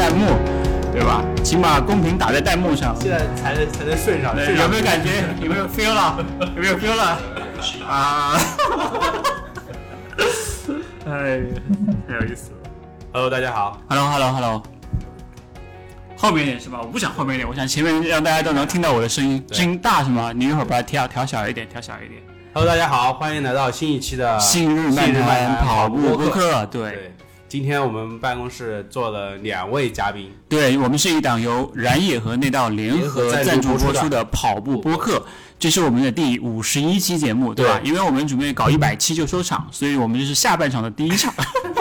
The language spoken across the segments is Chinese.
弹幕，对吧？请把公屏打在弹幕上， 现在才能顺上。 有没有感觉？有没有 feel 了？有没有 feel 了？啊！哎，太有意思了。 Hello， 大家好。 Hello。后面一点是吧？我不想后面一点，我想前面让大家都能听到我的声音。声音大是吗？你一会儿把它调小一点。 Hello， 大家好，欢迎来到新一期的信日漫谈跑步播客。对， 今天我们办公室坐了2位嘉宾。 对，我们是一档由燃野和内道联合赞助播出的跑步播客。这是我们的第51期节目，对吧？因为我们准备搞100期就收场，所以我们这是下半场的第一场。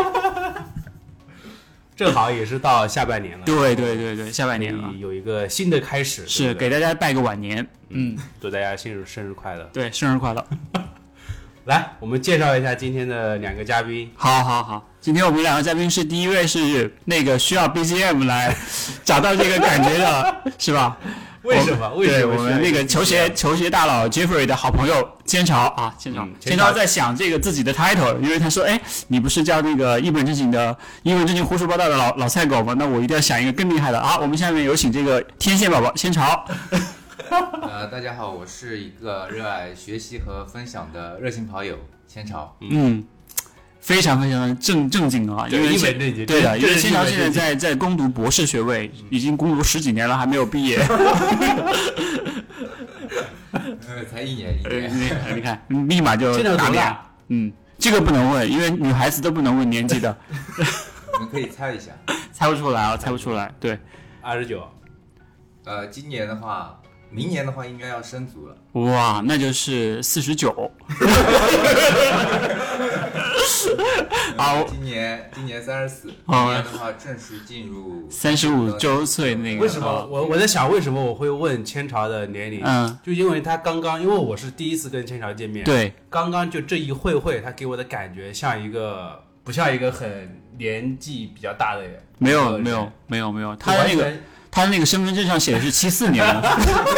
正好也是到下半年了。 对，下半年了， 有一个新的开始， 是给大家拜个晚年。 祝大家生日快乐。 对，生日快乐。 来，我们介绍一下今天的2个嘉宾。 好，今天我们2个嘉宾是，第一位是那个需要 BGM 来找到这个感觉的，是吧？ 为什么？ 对，我们那个球鞋大佬 Jeffrey 的好朋友千潮啊，千潮在想这个自己的 title， 因为他说，你不是叫那个一本正经胡说八道的老菜狗吗？那我一定要想一个更厉害的啊！我们下面有请这个天线宝宝千潮。 大家好，我是一个热爱学习和分享的热心跑友千潮。 非常的正经啊，因为一本正经。 对的，因为千潮现在在攻读博士学位，已经攻读10几年了，还没有毕业。 才1年。 你看，立马就打脸。这个不能问，因为女孩子都不能问年纪的。 你们可以猜一下。 猜不出来啊，猜不出来。对 ，29。 今年的话，明年的话应该要升族了。 哇，那就是49。 好，今年34，明年的话正式进入 35周岁那个。 为什么我在想为什么我会问千潮的年龄？就因为他刚刚，因为我是第一次跟千潮见面， 对， 刚刚就这一会，他给我的感觉像一个不像一个很年纪比较大的人。 没有，他那个身份证上写的是74年了，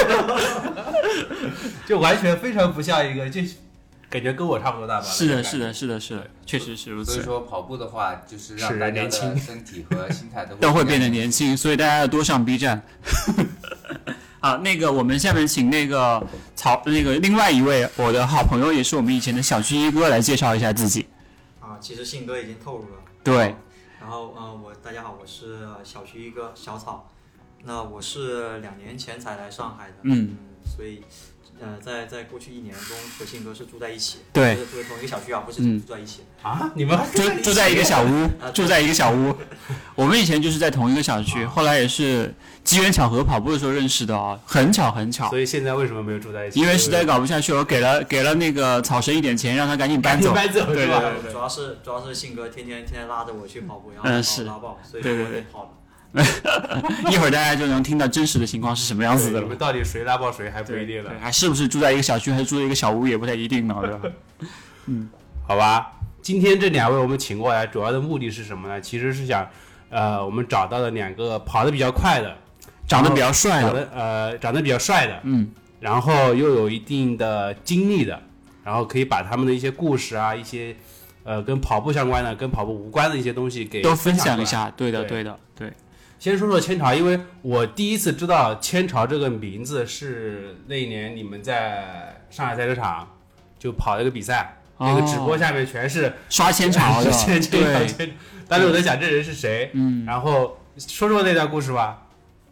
就完全非常不像一个就。感觉跟我差不多大吧？ 是的，确实是如此。 所以说跑步的话，就是让大家的身体和心态都会变得年轻，所以大家要多上 B 站。好，那个我们下面请那个另外一位我的好朋友，也是我们以前的小区一哥来介绍一下自己。 其实信哥已经透露了。 对。 然后大家好，我是小区一哥小草。那我是2年前才来上海的。所以。在过去1年中和信哥是住在一起， 对， 住在同一个小区啊，不是住在一起啊？你们还住在一个小屋，住在一个小屋。我们以前就是在同一个小区，后来也是机缘巧合跑步的时候认识的啊，很巧。 所以现在为什么没有住在一起？ 因为实在搞不下去，我给了那个草神一点钱，让他赶紧搬走。 对吧？ 主要是信哥天天拉着我去跑步，然后拉爆，所以我得跑了。 一会儿大家就能听到真实的情况是什么样子的了。 你们到底谁拉爆谁还不一定了， 还是不是住在一个小区，还是住在一个小屋也不太一定呢，对吧？ 好吧。今天这2位我们请过来，主要的目的是什么呢？其实是想，我们找到了2个跑得比较快的， 长得比较帅的， 然后又有一定的经历的，然后可以把他们的一些故事啊，一些跟跑步相关的、跟跑步无关的一些东西给都分享一下。对的。 先说说千潮，因为我第一次知道千潮这个名字是那一年你们在上海赛车场就跑了一个比赛，那个直播下面全是刷千潮的， 对。当时我在想这人是谁，然后说说那段故事吧。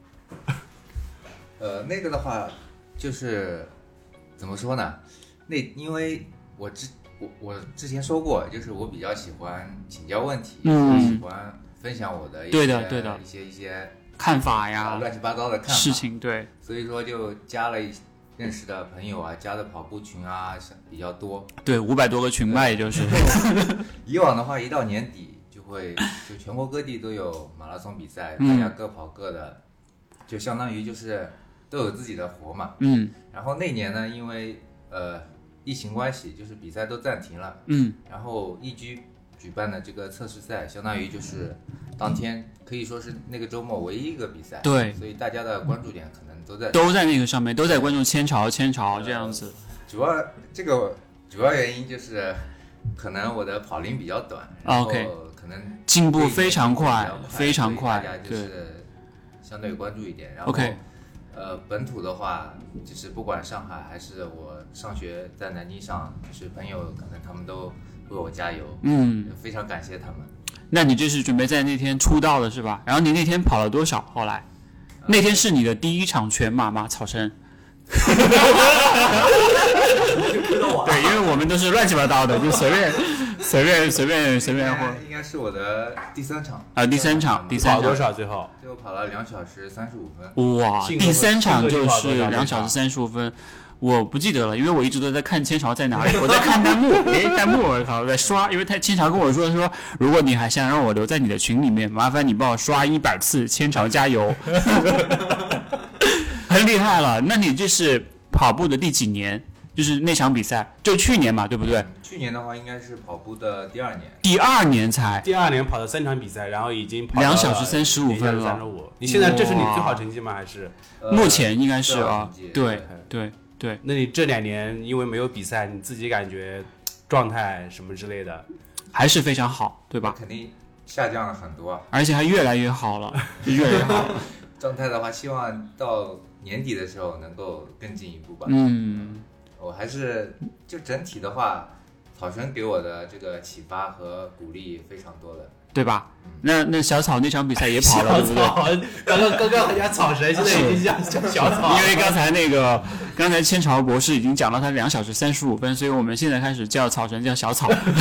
那个的话就是怎么说呢？因为我之前说过，就是我比较喜欢请教问题，喜欢分享我的一些看法呀， 乱七八糟的看法事情，对， 所以说就加了认识的朋友啊，加的跑步群啊比较多， 对，500多个群吧，也就是。 以往的话，一到年底就全国各地都有马拉松比赛，大家各跑各的，就相当于就是都有自己的活嘛。然后那年呢，因为疫情关系，就是比赛都暂停了。然后易居举办的这个测试赛，相当于就是当天可以说是那个周末唯一一个比赛。 对， 所以大家的关注点可能都在那个上面，都在关注千潮这样子。 主要原因就是可能我的跑龄比较短，然后可可能进步非常快，非常快， 大家就是相对关注一点。然后 OK， 本土的话，就是不管上海还是我上学在南京上，就是朋友可能他们都为我加油，非常感谢他们。 那你就是准备在那天出道的是吧？然后你那天跑了多少？后来，那天是你的第一场全马吗？草生？对，因为我们都是乱七八糟的，就随便应该是我的第3场第三场跑多少？最后跑了2小时35分。 哇，第3场就是2小时35分。我不记得了，因为我一直都在看千朝在哪里，我在看弹幕，弹幕我靠在刷，因为千朝跟我说，如果你还想让我留在你的群里面，麻烦你帮我刷100次，千朝加油，很厉害了。那你这是跑步的第几年？就是那场比赛，就去年嘛，对不对？ 去年的话应该是跑步的第2年。 第2年才。 第2年跑了3场比赛，然后已经跑 2小时35分了。 你现在这是你最好成绩吗？还是？ 目前应该是啊，对。 那你这2年因为没有比赛，你自己感觉状态什么之类的， 还是非常好，对吧？ 肯定下降了很多， 而且还越来越好了，越来越好。 状态的话，希望到年底的时候能够更进一步吧。我还是就整体的话，草生给我的这个启发和鼓励非常多的， 对吧？那小草那场比赛也跑了，对不对？ 刚刚人家草神，现在已经叫小草。 因为刚才千朝博士已经讲到他2小时35分，所以我们现在开始叫草神叫小草。对，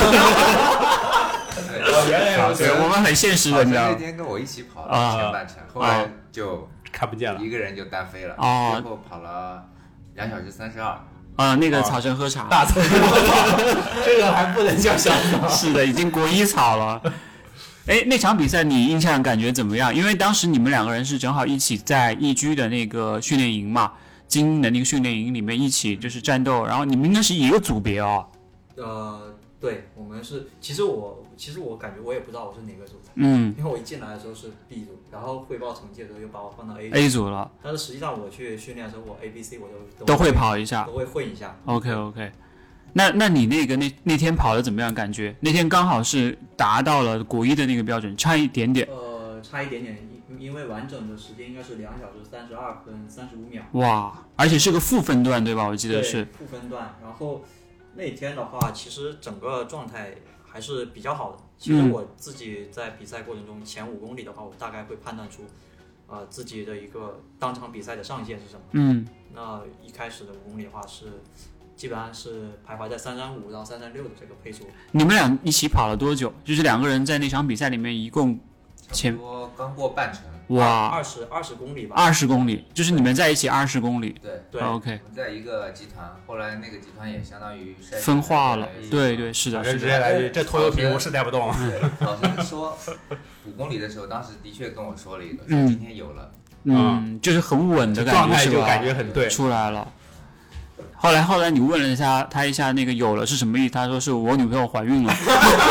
我们很现实的，你知道吗？ 那天跟我一起跑了前半程，后来就看不见了， 一个人就单飞了。最后跑了2小时32。 那个草神喝茶， 大草，这个还不能叫小草。 是的，已经国一草了。那场比赛你印象感觉怎么样？因为当时你们2个人是正好一起在易居的那个训练营嘛，精英的那个训练营里面一起就是战斗，然后你们应该是一个组别哦。 对，我们是，其实我感觉我也不知道我是哪个组的，因为我一进来的时候是 B 组，然后汇报成绩的时候又把我放到 A 组了。 但是实际上我去训练的时候，我 A、B、C 我都会跑一下， 都会混一下。 OK， 那你那天跑的怎么样？感觉那天刚好是达到了国一的那个标准，差一点点。 差一点点，因为完整的时间应该是2小时32分35秒。 哇，而且是个负分段对吧？我记得是负分段，然后。那天的话，其实整个状态还是比较好的。其实我自己在比赛过程中，前5公里的话，我大概会判断出，自己的一个当场比赛的上限是什么。那一开始的5公里的话基本上是徘徊在335到336的这个配速。 你们俩一起跑了多久？就是2个人在那场比赛里面一共差不多刚过半程。 哇 ，20公里吧。 20公里，就是你们在一起20公里。 对 ，OK。 我们在一个集团，后来那个集团也相当于分化了。对，是的， 直接来这拖油瓶我是带不动。 老师说5公里的时候，当时的确跟我说了一个，说今天有了。 就是很稳的感觉， 状态就感觉很对， 出来了。后来你问了他一下那个有了是什么意思？他说是我女朋友怀孕了。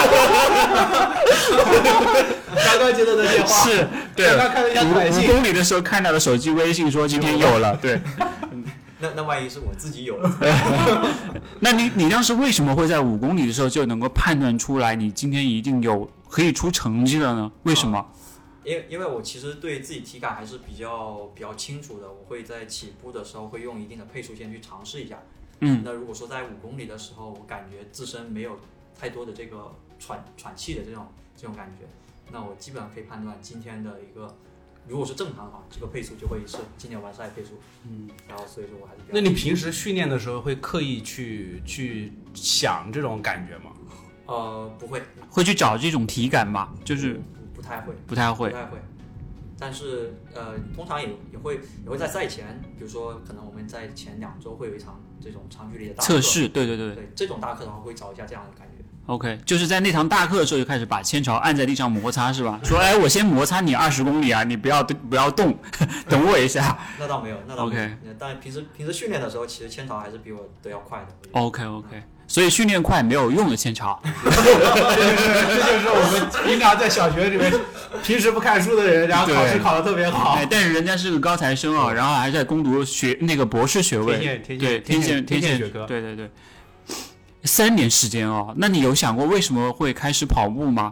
刚刚接到的电话是，对， 刚刚看了一下短信 5公里的时候看到了手机微信说今天有了，对。 那万一是我自己有了？ 那你当时为什么会在5公里的时候就能够判断出来你今天一定可以出成绩了呢？为什么？ 因为我其实对自己体感还是比较清楚的，我会在起步的时候会用一定的配速先去尝试一下。那如果说在5公里的时候，我感觉自身没有太多的这个喘气的这种感觉，那我基本上可以判断今天的一个，如果是正常的话，这个配速就会是今年完赛配速。然后所以说我还是比较。 那你平时训练的时候会刻意去想这种感觉吗？ 不会。 会去找这种体感吗？就是不太会。 但是通常也会在赛前，比如说可能我们在前2周会有一场这种长距离的大课测试，对， 这种大课的话会找一下这样的感觉。 OK， 就是在那堂大课的时候就开始把千朝按在地上摩擦是吧？说我先摩擦你20公里啊，你不要动，等我一下。 那倒没有。 OK， 但平时训练的时候，其实千朝还是比我都要快的。 OK， 所以训练快没有用的千朝。 这就是我们平常在小学里面平时不看书的人，然后考试考得特别好。 但是人家是个高材生然后还在攻读那个博士学位，天线学科。 对。3年时间那你有想过为什么会开始跑步吗？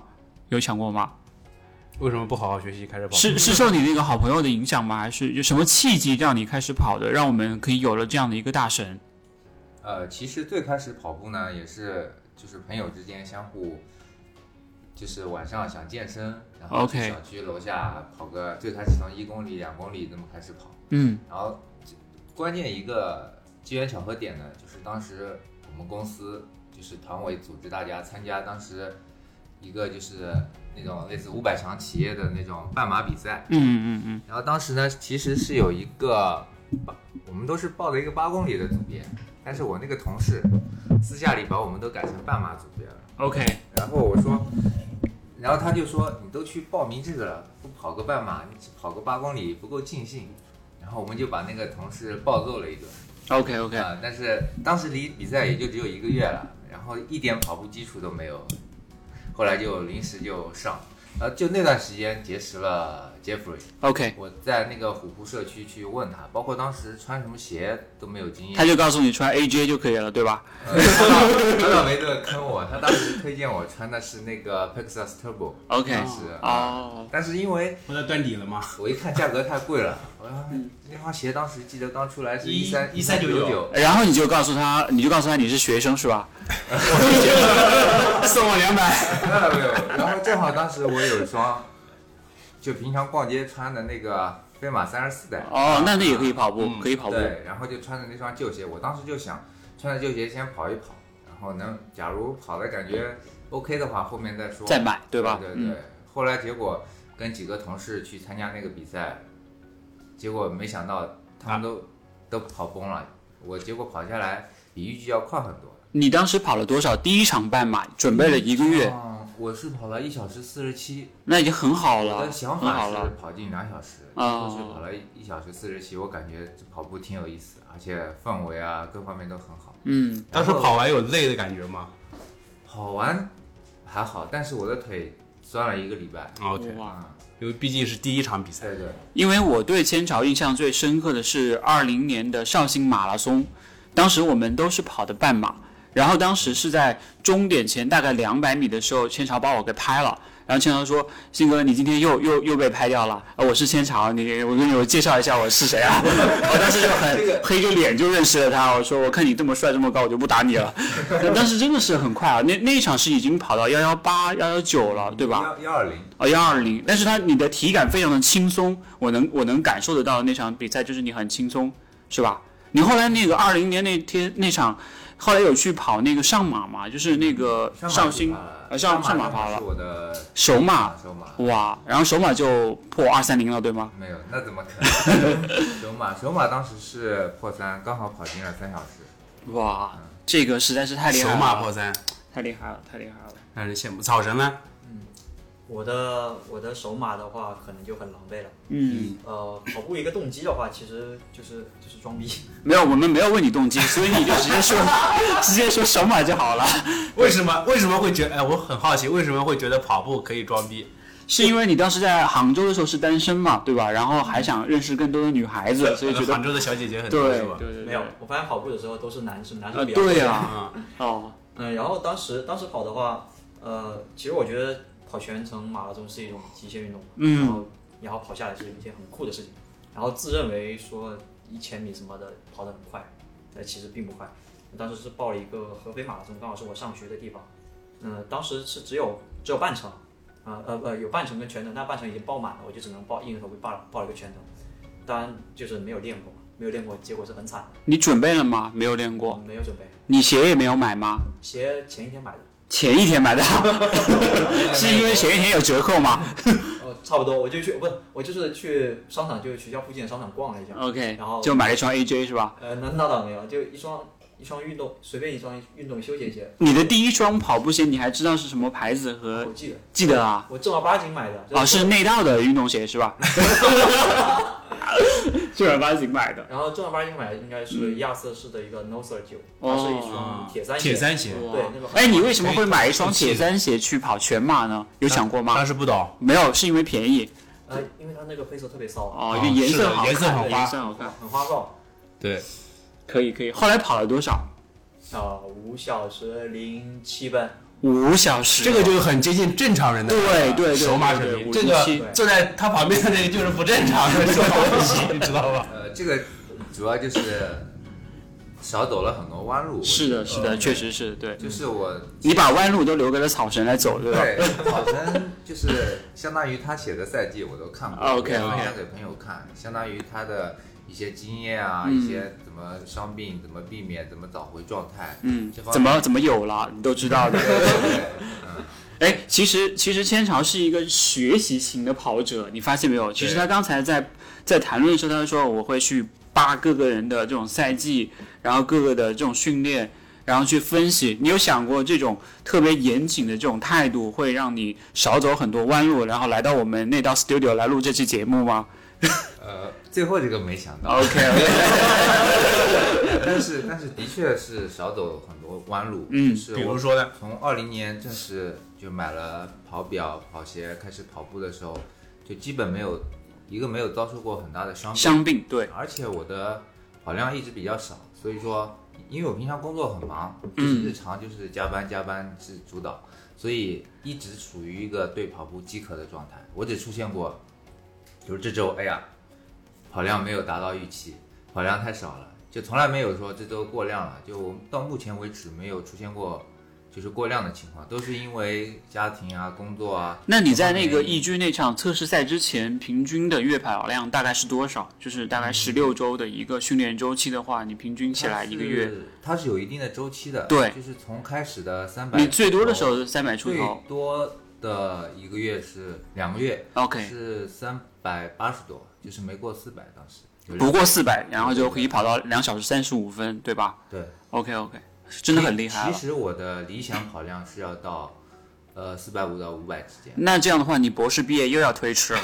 有想过吗？ 为什么不好好学习开始跑？ 是受你那个好朋友的影响吗？还是有什么契机让你开始跑的，让我们可以有了这样的一个大神？ 其实最开始跑步呢，也是就是朋友之间相互，就是晚上想健身，然后去小区楼下跑个，最开始从1公里、2公里这么开始跑。然后关键一个机缘巧合点呢，就是当时我们公司就是团委组织大家参加当时一个就是那种类似500强企业的那种半马比赛。然后当时呢，其实是有一个，我们都是报了一个8公里的组别，但是我那个同事私下里把我们都改成半马组别了。 OK。 然后我说，然后他就说你都去报名这个了，不跑个半马，你只跑个8公里不够尽兴。然后我们就把那个同事暴揍了一顿。 OK。 但是当时离比赛也就只有1个月了，然后一点跑步基础都没有，后来就临时就上，就那段时间结识了 Jeffrey。OK。我在那个虎扑社区去问他，包括当时穿什么鞋都没有经验， 他就告诉你穿 AJ 就可以了，对吧？ 他倒没这么坑我，他当时推荐我穿的是那个 Pegasus Turbo。OK。但是因为不在端底了吗？ 我一看价格太贵了，那双鞋当时记得刚出来是1399， 然后你就告诉他你是学生是吧？送我200。 没有。然后正好当时我有一双，就平常逛街穿的那个飞马34代。 那也可以跑步，可以跑步。 对，然后就穿着那双旧鞋，我当时就想穿着旧鞋先跑一跑，然后假如跑的感觉 OK 的话，后面再说。 再买，对吧？ 对。后来结果跟几个同事去参加那个比赛，结果没想到他们都跑崩了，我结果跑下来比预计要快很多。 你当时跑了多少？第一场半马准备了1个月。 我是跑了1小时47， 那已经很好了。 我的想法是跑进2小时，就是跑了1小时47，我感觉这跑步挺有意思，而且氛围啊各方面都很好。 当时跑完有累的感觉吗？ 跑完还好，但是我的腿酸了1个礼拜。 OK。因为毕竟是第一场比赛。 对。 因为我对千朝印象最深刻的是2020年的绍兴马拉松，当时我们都是跑的半马。然后当时是在终点前大概200米的时候，千朝把我给拍了。然后千朝说：“鑫哥，你今天又被拍掉了。我是千朝，我跟你介绍一下我是谁啊？”我当时就很黑着脸就认识了他。我说：“我看你这么帅这么高，我就不打你了。”但是真的是很快啊！那一场是已经跑到118、119了，对吧 ？120。 120。但是你的体感非常的轻松，我能感受得到那场比赛就是你很轻松，是吧？你后来那个20年那场。后来有去跑那个上马嘛，就是那个绍兴上马跑了， 是我的首马，哇，然后首马就破230了，对吗？ 没有，那怎么可能？首马当时是破3，刚好跑进了3小时。 哇，这个实在是太厉害了！ 首马破3， 太厉害了， 让人羡慕。草神呢？ 我的首马的话，可能就很狼狈了。跑步一个动机的话，其实就是装逼。 没有，我们没有问你动机，所以你就直接说首马就好了。 为什么会觉得？我很好奇，为什么会觉得跑步可以装逼？ 是因为你当时在杭州的时候是单身嘛，对吧？然后还想认识更多的女孩子，所以觉得杭州的小姐姐很多，是吧？ 对。 没有，我发现跑步的时候都是男生比较多。 对呀。 然后当时跑的话，其实我觉得。跑全程马拉松是一种极限运动，然后跑下来是一件很酷的事情，然后自认为说1000米什么的跑得很快，但其实并不快。当时是报了一个合肥马拉松，刚好是我上学的地方，当时是只有半程，有半程跟全程，但半程已经报满了，我就只能硬着头皮报了一个全程，当然就是没有练过，结果是很惨的。 你准备了吗？没有练过。 没有准备。 你鞋也没有买吗？ 鞋前一天买的。 前一天买的，是因为前一天有折扣吗？ 差不多，我就是去商场，就学校附近的商场逛了一下。 OK， 然后就买了一双 AJ 是吧？ 那倒没有，就一双随便一双运动休闲鞋。 你的第一双跑步鞋，你还知道是什么牌子和？ 我记得啊。 我正儿八经买的。 是内道的运动鞋是吧？正儿八经买的。 然后正儿八经买的应该是亚瑟士的一个 Noser 9，它是一双铁三鞋。对，那个。 你为什么会买一双铁三鞋去跑全马呢？有想过吗？ 当时不懂。 没有，是因为便宜。 因为它那个配色特别骚。 因为颜色好看， 颜色好看， 很花哨。 对， 可以。后来跑了多少？ 5小时07分。 5小时， 这个就很接近正常人的对手马水平。这个坐在他旁边的那个就是不正常的手马水平，你知道吧？ 这个主要就是少走了很多弯路。 是的，是的，确实是对。 就是你把弯路都留给了草神来走，对吧？ 对，草神就是相当于他写的赛季我都看过 ，OK， 分享给朋友看，相当于他的一些经验啊，一些怎么伤病，怎么避免，怎么找回状态， 怎么有了，你都知道的。哎，其实千朝是一个学习型的跑者，你发现没有？其实他刚才在谈论的时候，他说我会去扒各个人的这种赛季，然后各个的这种训练，然后去分析。你有想过这种特别严谨的这种态度，会让你少走很多弯路，然后来到我们内道 Studio 来录这期节目吗？ 最后这个没想到。 OK， 但是的确是少走很多弯路。就是比如说呢， 从2020年正式就买了跑表、跑鞋，开始跑步的时候，就基本没有遭受过很大的伤病。 对， 而且我的跑量一直比较少，所以说，因为我平常工作很忙，就是日常就是加班是主导，所以一直处于一个对跑步饥渴的状态。我只出现过，就是这周，哎呀，跑量没有达到预期，跑量太少了，就从来没有说这周过量了，就到目前为止没有出现过就是过量的情况，都是因为家庭啊、工作啊。 那你在那个易居那场测试赛之前，平均的月跑量大概是多少？就是大概16周的一个训练周期的话，你平均起来一个月， 它是有一定的周期的。 对， 就是从开始的300， 你最多的时候是300出头， 最多的一个月是2个月 ，OK， 是380多，就是没过400当时。 不过400，然后就可以跑到2小时35分，对吧？ 对 ，OK， 真的很厉害了。 其实我的理想跑量是要到450到500之间。 那这样的话，你博士毕业又要推迟了。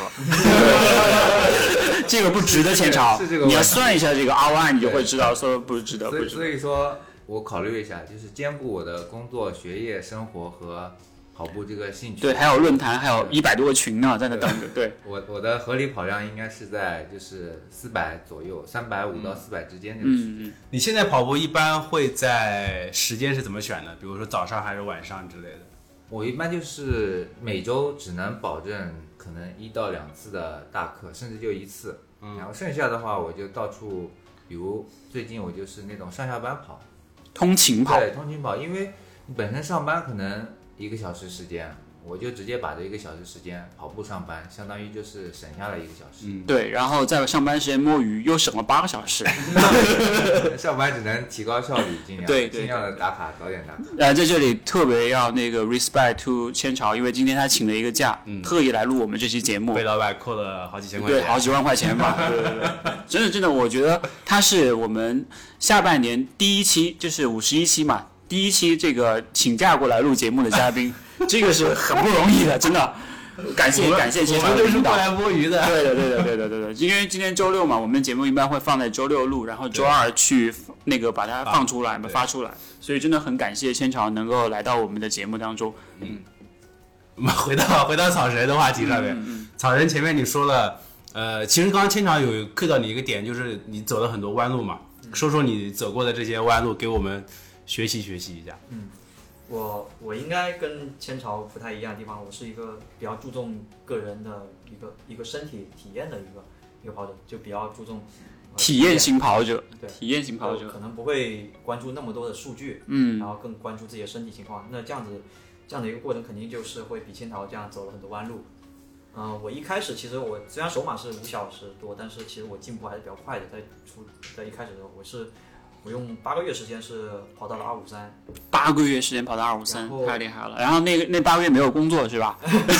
这个不值得千朝，你要算一下这个 ROI， 你就会知道说不值得。 所以说我考虑一下，就是兼顾我的工作、学业、生活和跑步这个兴趣。 对，还有论坛，还有100多个群呢，在那等着。对， 我的合理跑量应该是在就是400左右，350到400之间这个区间。 你现在跑步一般会在时间是怎么选的？比如说早上还是晚上之类的？ 我一般就是每周只能保证可能1到2次的大课，甚至就1次。然后剩下的话我就到处，比如最近我就是那种上下班跑， 通勤跑。 对，通勤跑，因为你本身上班可能1个小时时间，我就直接把这1个小时时间跑步上班，相当于就是省下了1个小时。 对，然后在上班时间摸鱼，又省了8个小时。 上班只能提高效率，尽量的打卡，早点打卡。 在这里特别要那个 respect to 千朝，因为今天他请了一个假，特意来录我们这期节目， 被老板扣了好几千块钱， 对，好几万块钱吧。对，真的，我觉得他是我们下半年第一期，就是51期嘛。第一期这个请假过来录节目的嘉宾，这个是很不容易的，真的。感谢千朝， 我们就是过来摸鱼的。 对的，因为今天周六嘛，我们节目一般会放在周六录，然后周二去那个把它放出来，发出来。所以真的很感谢千朝能够来到我们的节目当中。 我们回到草神的话题上面。草神前面你说了，其实刚刚千朝有 cue 到你一个点，就是你走了很多弯路嘛，说说你走过的这些弯路，给我们学习一下。 我应该跟千朝不太一样的地方，我是一个比较注重个人的一个身体体验的一个跑者，就比较注重体验型跑者。 对， 体验型跑者可能不会关注那么多的数据，然后更关注自己的身体情况。那这样的一个过程，肯定就是会比千朝这样走了很多弯路。我一开始其实我虽然首马是5小时多，但是其实我进步还是比较快的。在一开始的时候，我用8个月时间是跑到了253。 8个月时间跑到253，太厉害了。然后那8个月没有工作是吧？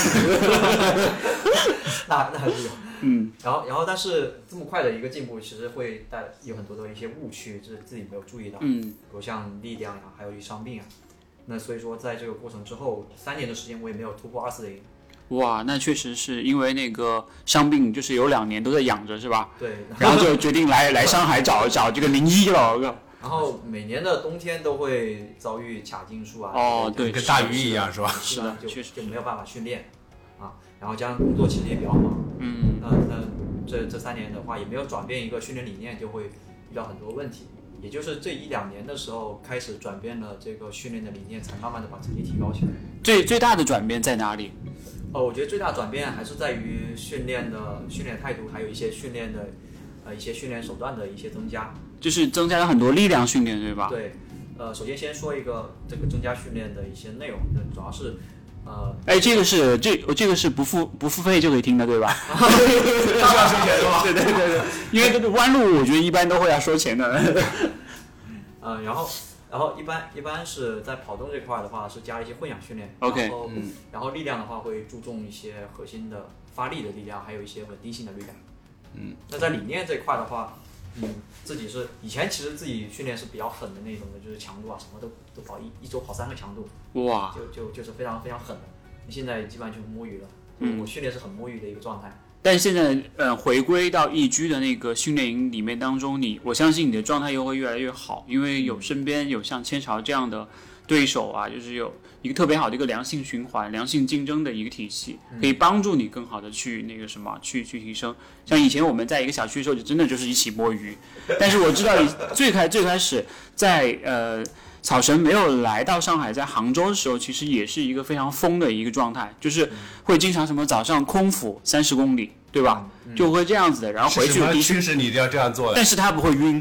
那还是有。然后但是这么快的一个进步，其实会有很多的一些误区，就是自己没有注意到。比如像力量呀，还有一伤病啊。那所以说，在这个过程之后，3年的时间我也没有突破240。 哇，那确实是因为那个伤病，就是有2年都在养着，是吧？ 对。 然后就决定来上海找这个名医了。 然后每年的冬天都会遭遇卡筋术啊。 哦，对， 跟大鱼一样是吧？ 是的， 就没有办法训练啊。然后加上工作其实也比较忙。那这3年的话也没有转变一个训练理念，就会遇到很多问题。 也就是这1-2年的时候开始转变了这个训练的理念，才慢慢的把成绩提高起来。 最大的转变在哪里？ 我觉得最大的转变还是在于训练态度，还有一些训练手段的一些增加， 就是增加了很多力量训练，对吧？ 对，首先说一个这个增加训练的一些内容，主要是这个是不付费就可以听的，对吧？ 当然收钱是吧？ 对，因为这个弯路我觉得一般都会要收钱的。 然后一般是在跑动这块的话是加了一些混氧训练 ，OK， 然后力量的话会注重一些核心的发力的力量，还有一些稳定性的力量。那在理念这块的话，自己是以前其实自己训练是比较狠的那种的，就是强度啊什么都跑一周跑3个强度， 哇， 就是非常非常狠的。现在基本上就摸鱼了，我训练是很摸鱼的一个状态。 但现在回归到易居的那个训练营里面当中，我相信你的状态又会越来越好，因为身边有像千朝这样的对手啊，就是有一个特别好的一个良性循环、良性竞争的一个体系，可以帮助你更好的去去提升。像以前我们在一个小区的时候，就真的就是一起摸鱼。但是我知道最开始在草神没有来到上海，在杭州的时候，其实也是一个非常疯的一个状态，就是会经常什么早上空腹30公里，对吧？就会这样子的，然后回去什么驱使你一定要这样做的？ 但是他不会晕。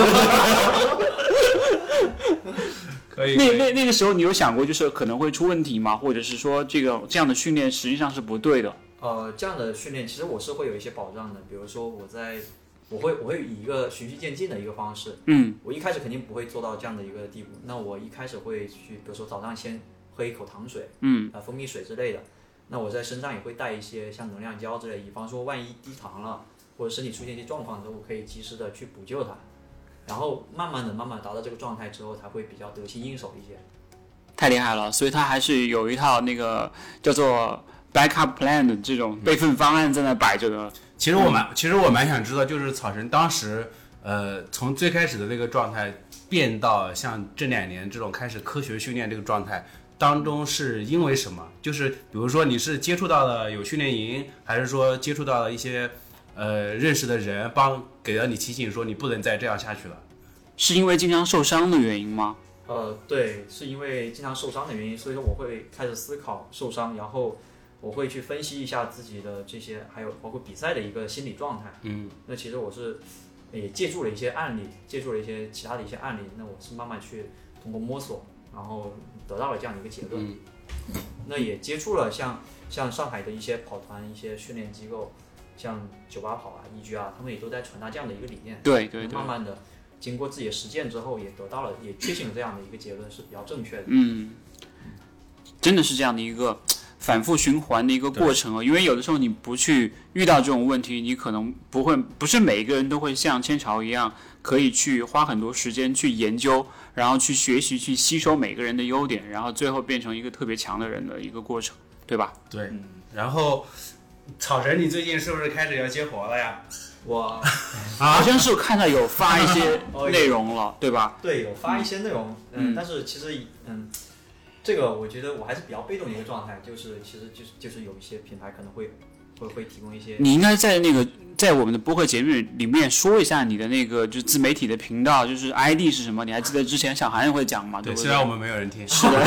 可以。 那个时候你有想过就是可能会出问题吗？或者是说这样的训练实际上是不对的？ 这样的训练其实我是会有一些保障的，比如说我会以一个循序渐进的一个方式，我一开始肯定不会做到这样的一个地步。那我一开始会去，比如说早上先喝一口糖水，蜂蜜水之类的。那我在身上也会带一些像能量胶之类，以防说万一低糖了或者身体出现一些状况的时候，我可以及时的去补救它。然后慢慢达到这个状态之后，才会比较得心应手一些。 太厉害了，所以他还是有一套那个叫做 backup plan 的这种备份方案在那摆着的。 其实我蛮想知道，就是草神当时，从最开始的那个状态变到像这2年这种开始科学训练这个状态当中，是因为什么？就是比如说你是接触到了有训练营，还是说接触到了一些认识的人给了你提醒说你不能再这样下去了？ 是因为经常受伤的原因吗？ 对，是因为经常受伤的原因，所以说我会开始思考受伤，然后我会去分析一下自己的这些，还有包括比赛的一个心理状态。那其实我是也借助了一些案例，借助了一些其他的一些案例，那我是慢慢去通过摸索，然后得到了这样的一个结论。那也接触了像上海的一些跑团、一些训练机构，像98跑啊、易居啊，他们也都在传达这样的一个理念。 对， 慢慢的经过自己的实践之后，也确信了这样的一个结论是比较正确的。 真的是这样的一个反复循环的一个过程啊。因为有的时候你不去遇到这种问题，你可能不是每一个人都会像千朝一样，可以去花很多时间去研究，然后去学习，去吸收每个人的优点，然后最后变成一个特别强的人的一个过程，对吧？ 对。然后草神，你最近是不是开始要接活了呀？ 我好像是看到有发一些内容了，对吧？ 对，有发一些内容，但是其实这个我觉得我还是比较被动的一个状态，就是有一些品牌可能会提供一些。 你应该在我们的播客节目里面说一下你的那个就是自媒体的频道，就是 ID 是什么？你还记得之前小韩也会讲吗？对不对？ 虽然我们没有人听。 是的。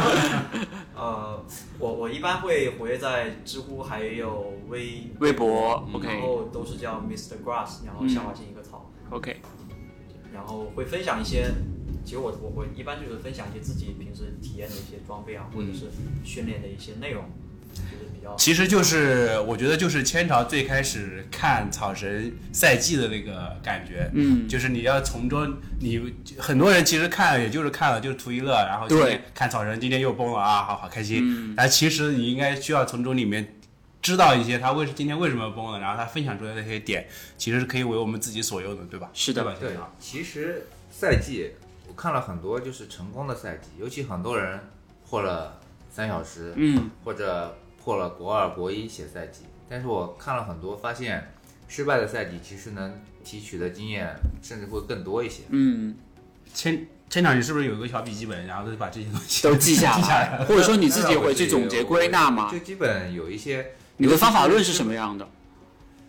我一般会活跃在知乎还有微博 ，OK， 然后都是叫 Mr. Grass， 然后下划线一个草 ，OK， 然后会分享一些，其实我一般就是分享一些自己平时体验的一些装备啊，或者是训练的一些内容。 其实我觉得就是千朝最开始看草神赛季的那个感觉，就是你要从中，你很多人其实看也就是看了就是图一乐，然后今天看草神今天又崩了啊，好开心。但其实你应该需要从中里面知道一些他今天为什么崩了，然后他分享出来的那些点，其实是可以为我们自己所用的，对吧？ 是的， 对。其实赛季我看了很多就是成功的赛季，尤其很多人破了3小时，或者破了国2、国1写赛季，但是我看了很多，发现失败的赛季其实能提取的经验甚至会更多一些。 千场你是不是有一个小笔记本，然后就把这些东西都记下来，或者说你自己回去总结归纳嘛？ 就基本有一些。 你的方法论是什么样的？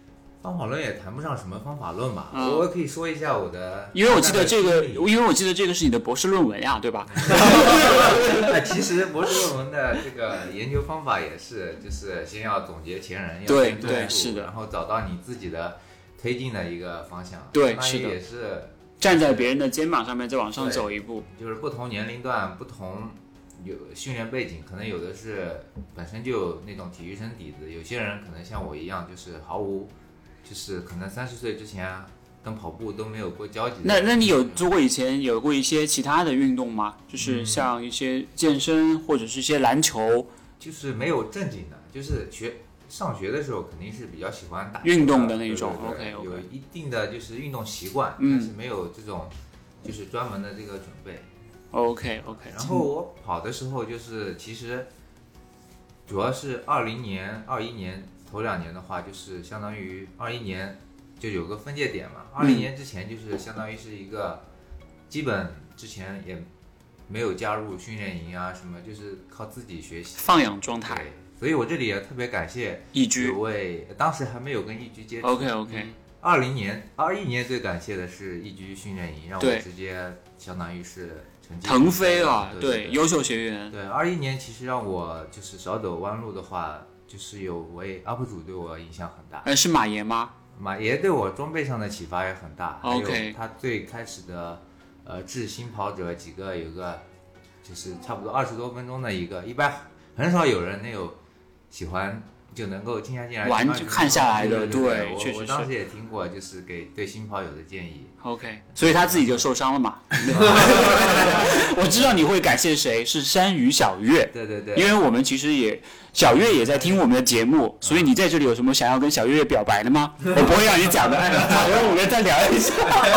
方法论也谈不上什么方法论吧，我可以说一下我的， 因为我记得这个是你的博士论文呀，对吧？ 其实博士论文的这个研究方法也是，就是先要总结前人，要对先对是的， 然后找到你自己的推进的一个方向， 对是的， 也是站在别人的肩膀上面再往上走一步， 就是不同年龄段、不同有训练背景，可能有的是本身就有那种体育生底子，有些人可能像我一样，就是毫无。就是可能30岁之前跟跑步都没有过交集。 那你以前有过一些其他的运动吗？就是像一些健身或者是一些篮球， 就是没有正经的，就是上学的时候肯定是比较喜欢打运动的那种。 对 OK， 有一定的就是运动习惯，但是没有这种就是专门的这个准备。 OK。 然后我跑的时候就是其实主要是20年、21年。头2年的话，就是相当于21年就有个分界点嘛。20年之前就是相当于是一个基本之前也没有加入训练营啊什么，就是靠自己学习放养状态。 所以我这里也特别感谢易居， 有位当时还没有跟易居接触。 OK。 21年最感谢的是易居训练营，让我直接相当于是成绩腾飞了。对，优秀学员。 对，21年其实让我就是少走弯路的话。就是有位 UP 主对我影响很大， 是马爷吗？ 马爷对我装备上的启发也很大。 OK， 还有他最开始的致新跑者几个有个就是差不多20多分钟的一个，一般很少有人喜欢就能够静下心来看下来的。 对， 确实我当时也听过，就是给对新跑友的建议。 OK， 所以他自己就受伤了嘛。我知道你会感谢谁，是山鱼小月。 对， 因为我们其实小月也在听我们的节目，所以你在这里有什么想要跟小月表白的吗？我不会让你讲的，我们再聊一下。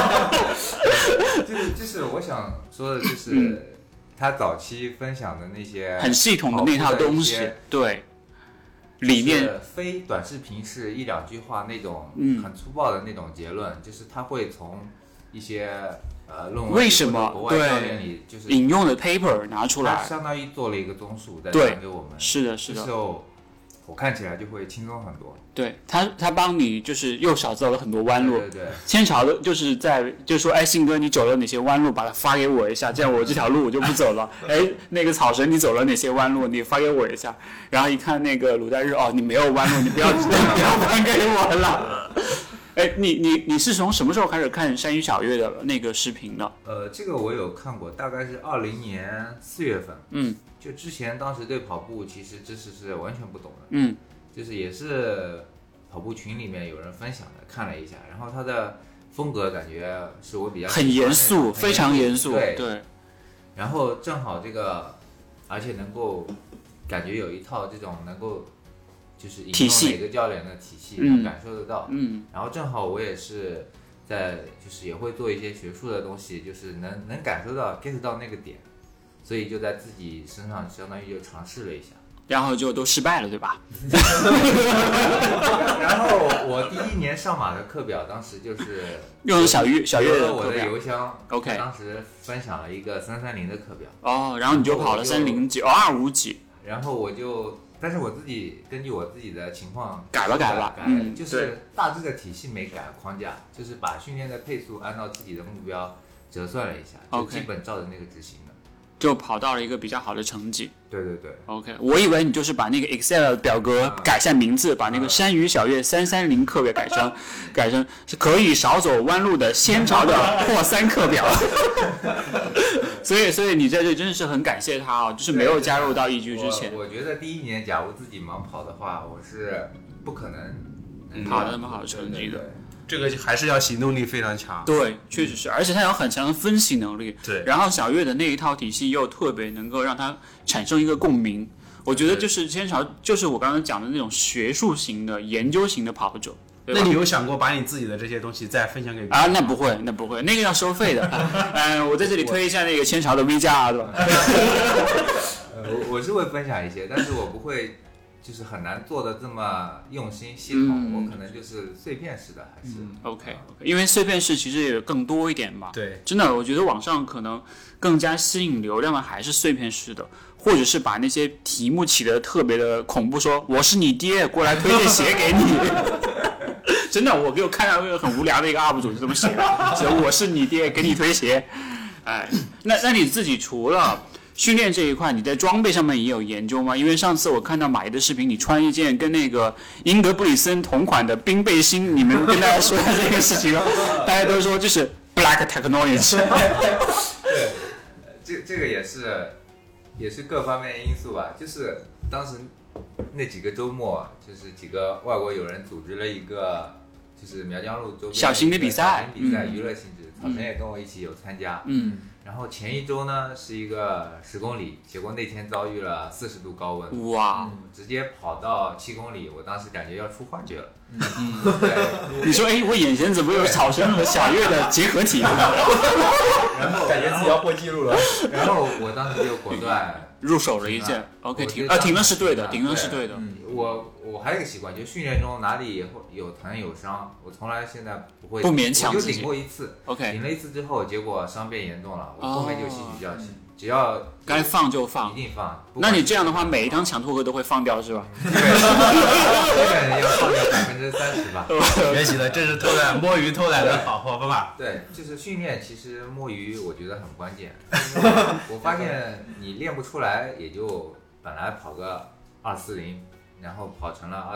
就是我想说的，就是他早期分享的那些很系统的那套东西，对。理念非短视频是1、2句话那种很粗暴的那种结论，就是他会从一些论文为什么国外教练里就是引用的 paper 拿出来， 相当于做了一个综述再讲给我们。 是的。 这时候我看起来就会轻松很多。 对他帮你就是又少走了很多弯路。 对。 千朝的就是说，哎，信哥你走了哪些弯路，把它发给我一下，这样我这条路我就不走了。哎，那个草神你走了哪些弯路，你发给我一下。然后一看那个鲁代日，你没有弯路，你不要发给我了。哎，你是从什么时候开始看山鱼小月的那个视频的？ 这个我有看过，大概是20年4月份。就之前当时对跑步其实知识是完全不懂的。就是也是跑步群里面有人分享的，看了一下，然后他的风格感觉是我比较很严肃，非常严肃。 对。然后正好这个，而且能够感觉有一套这种能够就是引用每个教练的体系，能感受得到。然后正好我也是在就是也会做一些学术的东西，就是能感受到 get 到那个点，所以就在自己身上相当于就尝试了一下。 然后就都失败了，对吧？ 然后我第1年上马的课表，当时就是用小月的我的邮箱 ，OK， 当时分享了一个330的课表。 然后你就跑了309、250几。 然后但是我自己根据我自己的情况改了， 就是大致的体系没改，框架就是把训练的配速按照自己的目标折算了一下，就基本照着那个执行的。 就跑到了一个比较好的成绩。 对。 OK， 我以为你就是把那个 Excel 表格改下名字，把那个山鱼小月330课表改成是可以少走弯路的仙潮的破3课表。所以你在这真的是很感谢他啊，就是没有加入到易居之前。 我觉得第1年假如自己盲跑的话，我是不可能跑得那么好的成绩的。 这个还是要行动力非常强。 对，确实是，而且他有很强的分析能力。 对， 然后小月的那一套体系又特别能够让他产生一个共鸣。我觉得就是千朝，就是我刚刚讲的那种学术型的、研究型的跑者。 那你有想过把你自己的这些东西再分享给别人？ 那不会，那个要收费的。我在这里推一下那个千朝的 V 加的。 我是会分享一些，但是我不会。就是很难做的这么用心系统，我可能就是碎片式的，还是 OK， 因为碎片式其实也更多一点嘛。 对， 真的，我觉得网上可能更加吸引流量的还是碎片式的，或者是把那些题目起得特别的恐怖，说我是你爹，过来推荐鞋给你， 真的，我看到一个很无聊的一个 UP 主就这么写的，说我是你爹，给你推鞋。哎，那你自己除了训练这一块，你在装备上面也有研究吗？因为上次我看到马爷的视频，你穿一件跟那个英格布里森同款的冰背心，你们跟大家说一下这个事情吗？大家都说就是 Black Technology。 对，这个也是各方面因素吧。就是当时那几个周末，就是几个外国友人组织了一个，就是苗江路周边小型的比赛， 娱乐性质。草晨也跟我一起有参加。然后前一周呢是一个10公里，结果那天遭遇了40度高温， 哇， 直接跑到7公里，我当时感觉要出幻觉了。 对，你说我眼前怎么有草生和小月的结合体？ 然后感觉自己要破纪录了。 然后我当时就果断入手了一件 ，OK， 停了是对的，停了是对的。 我还有一个习惯，就训练中哪里有疼有伤，我从来现在不勉强自己。 我就顶过一次 ，OK， 顶了一次之后，结果伤变严重了，我后面就吸取教训，只要该放就放， 一定放。 那你这样的话，每一趟强脱课都会放掉是吧？ 基本要放掉30%吧。 学习的，这是摸鱼偷懒的好方法。 对，就是训练，其实摸鱼我觉得很关键。我发现你练不出来，也就本来跑个240。然后跑成了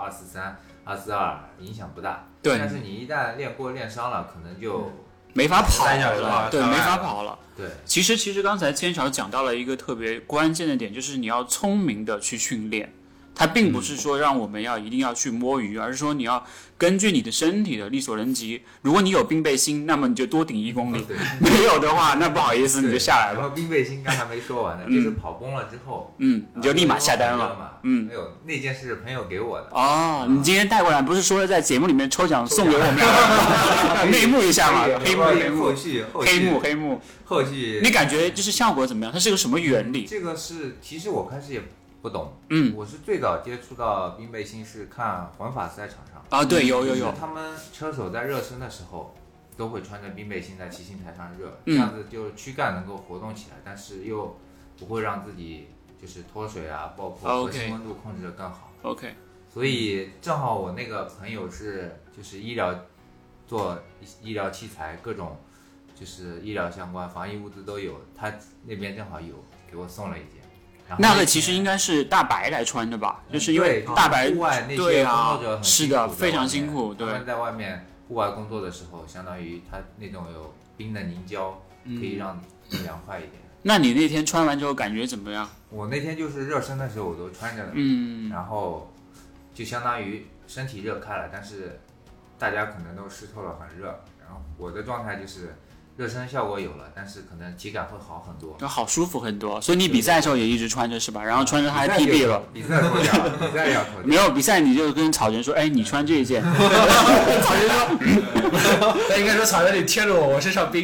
241、243、242，影响不大。 对。 但是你一旦练伤了，可能就没法跑了。对，没法跑了。 对。 其实刚才千潮讲到了一个特别关键的点，就是你要聪明的去训练。它并不是说让我们一定要去摸鱼，而是说你要根据你的身体的力所能及。如果你有冰背心，那么你就多顶1公里；没有的话，那不好意思，你就下来了。 然后冰背心刚才没说完呢，就是跑崩了之后， 你就立马下单了。 没有，那件是朋友给我的。 哦，你今天带过来，不是说在节目里面抽奖送给我们俩内幕一下嘛？黑幕。 后续你感觉就是效果怎么样？它是个什么原理？ 这个是，其实我开始也不懂。我是最早接触到冰背心是看环法赛场上啊，对，有。 他们车手在热身的时候都会穿着冰背心在骑行台上热，这样子就躯干能够活动起来，但是又不会让自己就是脱水啊，包括核心温度控制得更好。 OK。 所以正好我那个朋友就是做医疗器材，各种就是医疗相关防疫物资都有，他那边正好有，给我送了一件。 那个其实应该是大白来穿的吧，就是因为大白户外那些工作者很是的，非常辛苦。对， 他们在外面户外工作的时候，相当于他那种有冰的凝胶，可以让你凉快一点。 那你那天穿完之后感觉怎么样？ 我那天就是热身的时候我都穿着的，然后就相当于身体热开了，但是大家可能都湿透了，很热。然后我的状态就是热身效果有了，但是可能体感会好很多， 好舒服很多。所以你比赛的时候也一直穿着是吧？然后穿着它还 PB 了。 比赛脱掉，比赛要脱掉。 没有比赛你就跟草原说，你穿这一件。草原说， 那应该说草原你贴着我身上冰。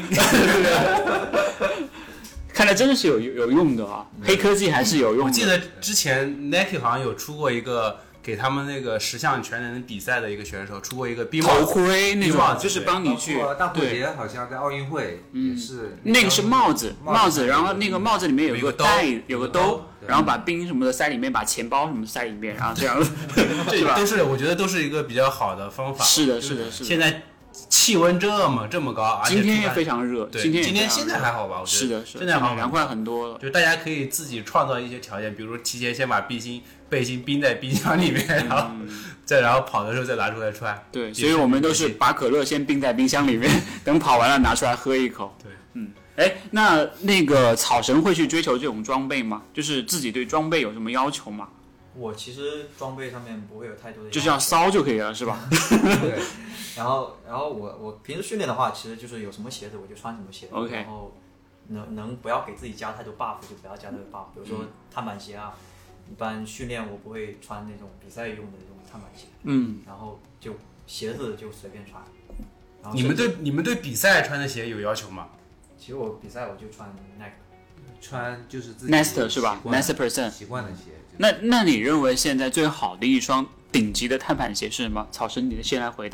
看来真的是有用的啊，黑科技还是有用的。 我记得之前 Nike 好像有出过一个。给他们那个10项全能比赛的一个选手出过一个冰帽头盔那种，就是帮你去。 大破节好像在奥运会也是。 那个是帽子，然后那个帽子里面有个带，有个兜，然后把冰什么的塞里面，把钱包什么塞里面，然后这样。 这都是我觉得都是一个比较好的方法。 是的。 现在气温这么高， 今天也非常热。今天现在还好吧？我觉得是的， 现在好凉快很多了。 就大家可以自己创造一些条件，比如提前先把背心冰在冰箱里面，然后跑的时候再拿出来穿。 对，所以我们都是把可乐先冰在冰箱里面，等跑完了拿出来喝一口。 对， 那个草神会去追求这种装备吗？就是自己对装备有什么要求吗？ 我其实装备上面不会有太多的要求， 就是要骚就可以了，是吧？ 对。然后我平时训练的话，其实就是有什么鞋子我就穿什么鞋子。 OK。 然后能不要给自己加太多 buff 就不要加太多 buff，比如说碳板鞋啊。一般训练我不会穿那种比赛用的那种碳板鞋，然后就鞋子就随便穿。然后你们对比赛穿的鞋有要求吗？ 其实我比赛我就穿 Nike， 穿就是自己 Nest 是吧 ？Nest% 习惯的鞋。 那你认为现在最好的一双顶级的碳板鞋是什么？草神，你先来回答。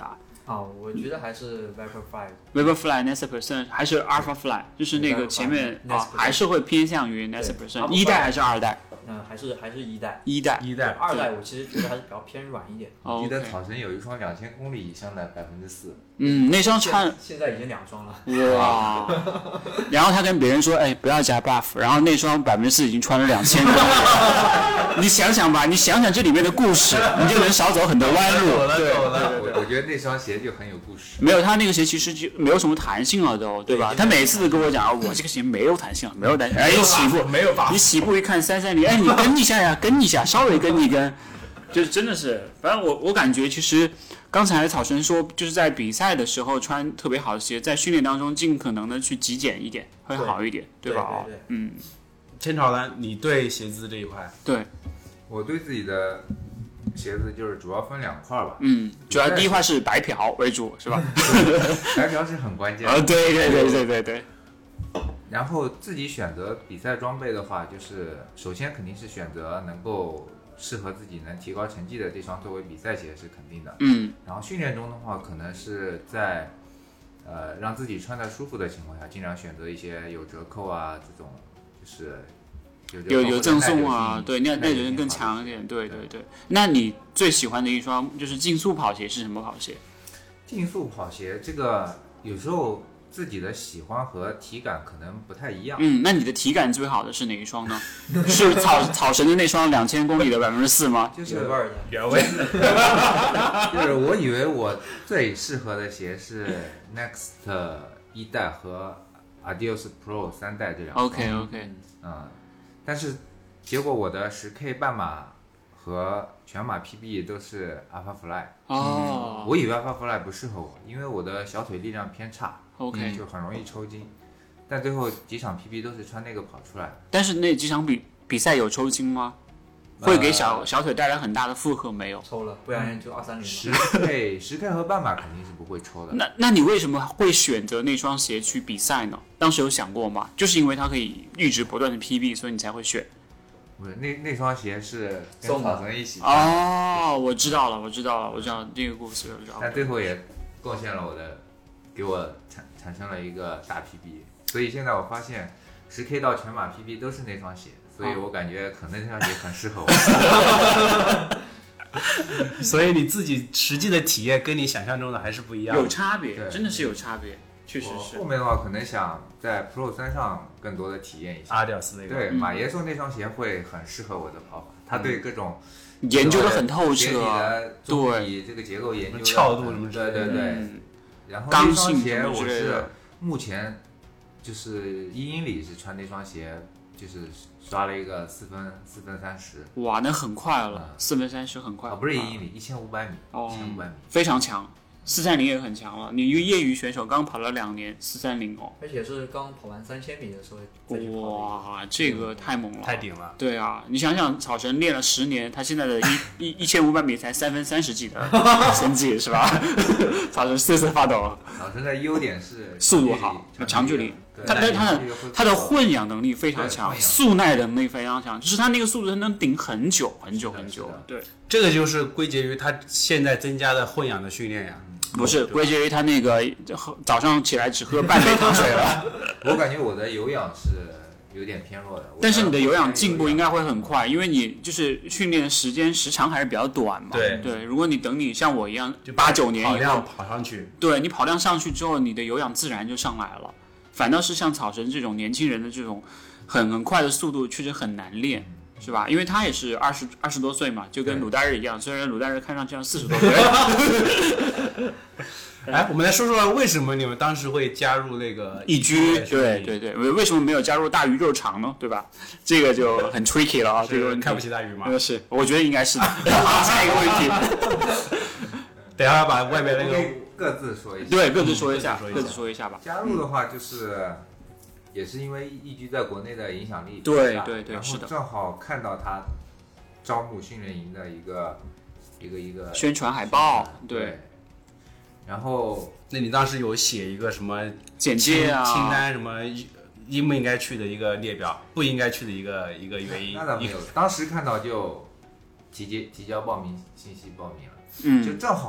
我觉得还是 Vaporfly、Nasa% 还是 AlphaFly， 就是那个前面还是会偏向于 Nasa%。一代还是二代？ 还是一代。 一代。 二代我其实觉得还是比较偏软一点。 我记得草神有一双2000公里以上的4%。 那双穿现在已经2双了。 哇！然后他跟别人说：“不要加 buff。”然后那双4%已经穿了2000公里。你想想吧，你想想这里面的故事，你就能少走很多弯路。 对，我觉得那双鞋就很有故事。 没有，他那个鞋其实就没有什么弹性了，都对吧？他每次都跟我讲我这个鞋没有弹性了，没有弹性。一起步没有吧？ 你起步一看330，你跟一下呀，跟一下，稍微跟一跟，就真的是，反正我感觉其实刚才草神说，就是在比赛的时候穿特别好的鞋，在训练当中尽可能的去极简一点，会好一点，对吧？ 对。 千朝呢？你对鞋子这一块？ 对， 我对自己的鞋子就是主要分2块吧。 主要第一块是白嫖为主，是吧？ 白嫖是很关键的。 对。 然后自己选择比赛装备的话，就是首先肯定是选择能够适合自己、能提高成绩的这双作为比赛鞋是肯定的。然后训练中的话，可能是在让自己穿得舒服的情况下，尽量选择一些有折扣啊这种，就是有赠送啊，对，耐久性更强一点。对。那你最喜欢的一双就是竞速跑鞋是什么跑鞋？ 竞速跑鞋这个有时候自己的喜欢和体感可能不太一样。 那你的体感最好的是哪一双呢？是草神的那双2000公里的4%吗？ 就是原味。 就是我以为我最适合的鞋是 Next 1代和 Adios Pro 3代这2双。 OK。 但是结果我的10K 半马和全马 PB 都是 AlphaFly。我以为 AlphaFly 不适合我，因为我的小腿力量偏差。 OK， 就很容易抽筋，但最后几场 PB 都是穿那个跑出来的。 但是那几场比赛有抽筋吗？会给小腿带来很大的负荷没有？ 抽了，不然就230了。 10K 和半马肯定是不会抽的。 那你为什么会选择那双鞋去比赛呢？当时有想过吗？就是因为它可以一直不断的 PB， 所以你才会选。 不是，那双鞋是跟草神一起。 我知道了这个故事。 但最后也贡献了给我产生了一个大 PB， 所以现在我发现10K 到全马 PB 都是那双鞋，所以我感觉可能那双鞋很适合我。 所以你自己实际的体验跟你想象中的还是不一样的， 有差别，真的是有差别，确实是。 后面的话可能想在 Pro 3上更多的体验一下。 阿迪亚斯那个。 对，马爷说那双鞋会很适合我的跑法，他对各种研究的很透彻， 对这个结构研究翘度什么之类的。 对。然后那双鞋我是目前就是1英里是穿那双鞋，就是刷了一个4分30。 哇，那很快了，4分30很快。 不是1英里，1500米，1500米， 非常强。430也很强了，你一个业余选手刚跑了2年430 而且是刚跑完3000米的时候。 哇，这个太猛了， 太顶了。 对啊，你想想，草神练了10年，他现在的1500米才3分30几的成绩是吧？草神瑟瑟发抖。 草神的优点是速度好，长距离。他的混氧能力非常强，速耐能力非常强，就是他那个速度他能顶很久。对， 这个就是归结于他现在增加的混氧的训练呀。 不是归结于他那个早上起来只喝半杯糖水了。 我感觉我的有氧是有点偏弱的。 但是你的有氧进步应该会很快，因为你就是训练的时长还是比较短嘛。对，如果你等你像我一样8、9年以后跑上去， 对你跑量上去之后，你的有氧自然就上来了。反倒是像草神这种年轻人的这种很快的速度，确实很难练。是吧？因为他也是20多岁嘛，就跟鲁代日一样。虽然鲁代日看上去像40多岁。 我们来说说为什么你们当时会加入那个易居？对，为什么没有加入大鱼肉肠呢？对吧？这个就很 tricky 了啊。这个看不起大鱼吗？ 是，我觉得应该是的。下一个问题。 等一下把外面那个各自说一下。 对，各自说一下吧。 加入的话就是。也是因为易居在国内的影响力对， 然后正好看到他招募训练营的一个宣传海报，对。 然后， 那你当时有写一个什么简介啊、 清单，什么应不应该去的一个列表，不应该去的一个原因？ 那倒没有，当时看到就提交报名信息报名了，就正好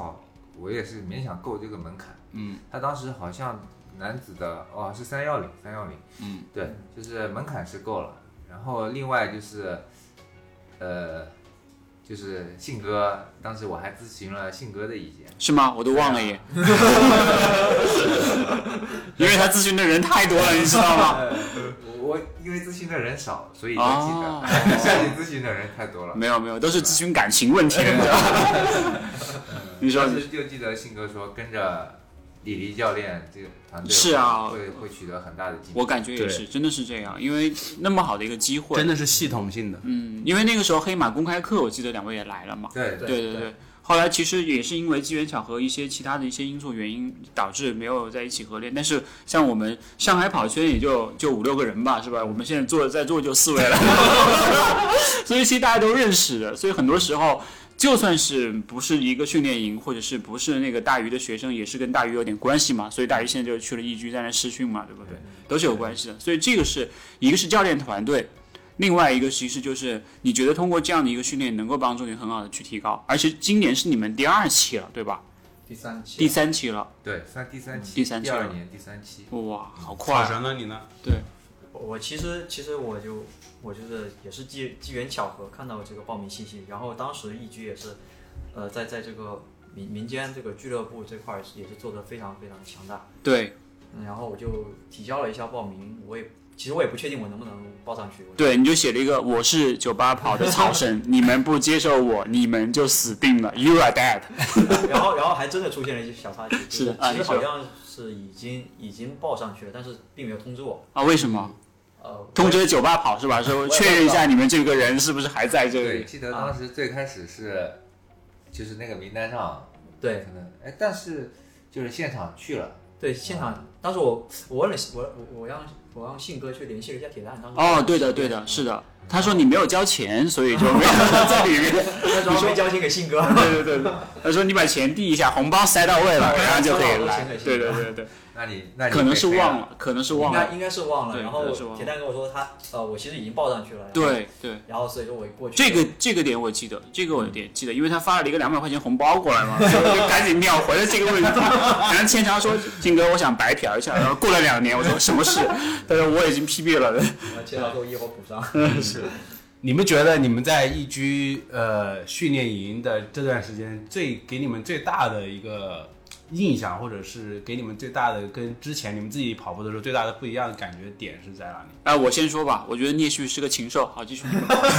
我也是勉强够这个门槛。他当时好像男子的是310，对，就是门槛是够了。然后另外就是信哥，当时我还咨询了信哥的意见。 是吗？我都忘了耶。因为他咨询的人太多了，你知道吗？ 我因为咨询的人少，所以就记得。像你咨询的人太多了。 没有，都是咨询感情问题的，你知道吗？你说当时就记得信哥说跟着李黎教练这个团队是啊， 会取得很大的进步。 我感觉也是，真的是这样，因为那么好的一个机会， 真的是系统性的。 因为那个时候黑马公开课，我记得2位也来了嘛。 对。 后来其实也是因为机缘巧合一些其他的一些因素原因，导致没有在一起合练。但是像我们上海跑圈也就5-6个人吧，是吧？我们现在在座就4位了，所以其实大家都认识的。所以很多时候，就算是不是一个训练营，或者是不是那个大鱼的学生，也是跟大鱼有点关系嘛。所以大鱼现在就去了易居在那试训嘛，对不对？都是有关系的。所以这个是一个是教练团队。另外一个其实就是你觉得通过这样的一个训练能够帮助你很好的去提高，而且今年是你们第2期了，对吧？第三期了， 对，算第三期， 第2 年第3期。 哇，好快！ 好神了你呢？ 对， 我其实我就是也是机缘巧合看到这个报名信息，然后当时易居也是，在这个民间这个俱乐部这块也是做得非常非常强大。 对， 然后我就提交了一下报名，其实我也不确定我能不能报上去。 对，你就写了一个我是98跑的曹神，你们不接受我，你们就死定了 ，You are dead 然后还真的出现了一些小插曲， 是的， 其实好像是已经报上去了，但是并没有通知我。 啊？为什么？通知98跑是吧？说确认一下你们这个人是不是还在这里。 对，记得当时最开始是，就是那个名单上， 对， 可能但是就是现场去了。 对，现场当时我问了我让信哥去联系了一下铁蛋，当时对的，是的。他说你没有交钱，所以就没有在里面。 那时候没交钱给信哥。 对，他说你把钱递一下，红包塞到位了，然后就可以来。对。 那你可能是忘了， 应该是忘了。然后铁蛋跟我说我其实已经报上去了。 对。 然后所以说我过去。 这个点我记得，因为他发了一个200块钱红包过来嘛，所以我就赶紧秒回了这个问题。然后签长说：“金哥，我想白嫖一下。”然后过了2年，我说什么事？他说我已经 PB 了。 签长说一会儿补上。 是。 你们觉得你们在易居训练营的这段时间，给你们最大的一个印象，或者是给你们最大的跟之前你们自己跑步的时候最大的不一样的感觉点是在哪里？ 我先说吧，我觉得聂旭是个禽兽。好，继续。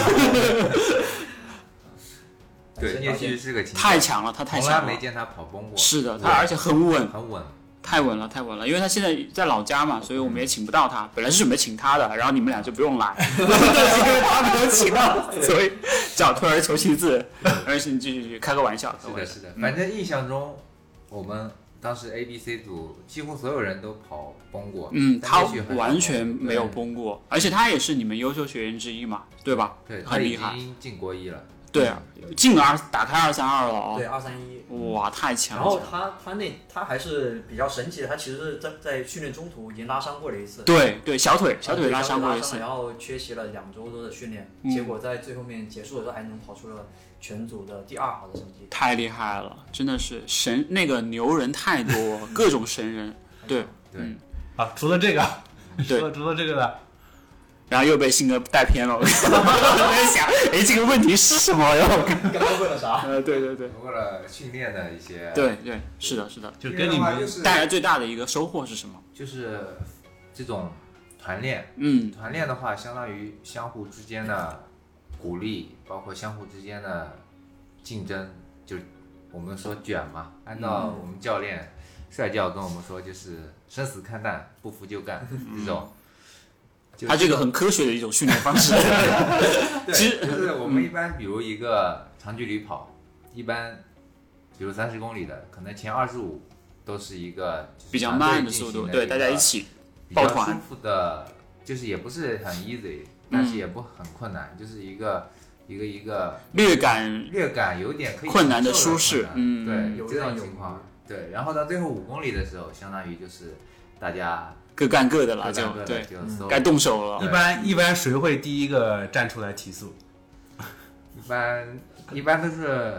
对，聂旭是个禽兽， 太强了，他太强了， 从来没见他跑崩过。 是的，他而且很稳，太稳了，因为他现在在老家嘛，所以我们也请不到他。本来是准备请他的，然后你们俩就不用来，因为他没有请到，所以叫退而求其次。而且你继续开个玩笑。 是的，反正印象中我们当时 A、B、C 组几乎所有人都跑崩过。 他完全没有崩过，而且他也是你们优秀学员之一嘛，对吧？ 对， 很厉害， 他已经进国一了。 对啊，进打开232了对231。 哇，太强了！ 然后他还是比较神奇的，他其实是在训练中途已经拉伤过了一次。 对，小腿拉伤过一次， 然后缺席了2周多的训练，结果在最后面结束的时候还能跑出了全组的第2好的成绩。 太厉害了，真的是神，那个牛人太多，各种神人。对。 好，除了这个，除了这个的。 然后又被信哥带偏了，我在想，这个问题是什么呀？ 刚刚问了啥？ 对， 问了训练的一些。 对，是的， 就跟你们带来最大的一个收获是什么？ 就是这种团练。团练的话，相当于相互之间的鼓励，包括相互之间的竞争，就是我们说卷嘛。按照我们教练帅教跟我们说，就是生死看淡，不服就干这种。 他这个很科学的一种训练方式。 对，就是我们一般，比如一个长距离跑，一般比如30公里的，可能前25都是一个比较慢的速度，对，大家一起抱团， 比较舒服的，就是也不是很 easy，但是也不很困难，就是一个略感有点可以困难的舒适， 对，有这种情况，对。然后到最后5公里的时候，相当于就是大家。 各干各的了，就对，该动手了。 一般谁会第一个站出来提速？ 一般都是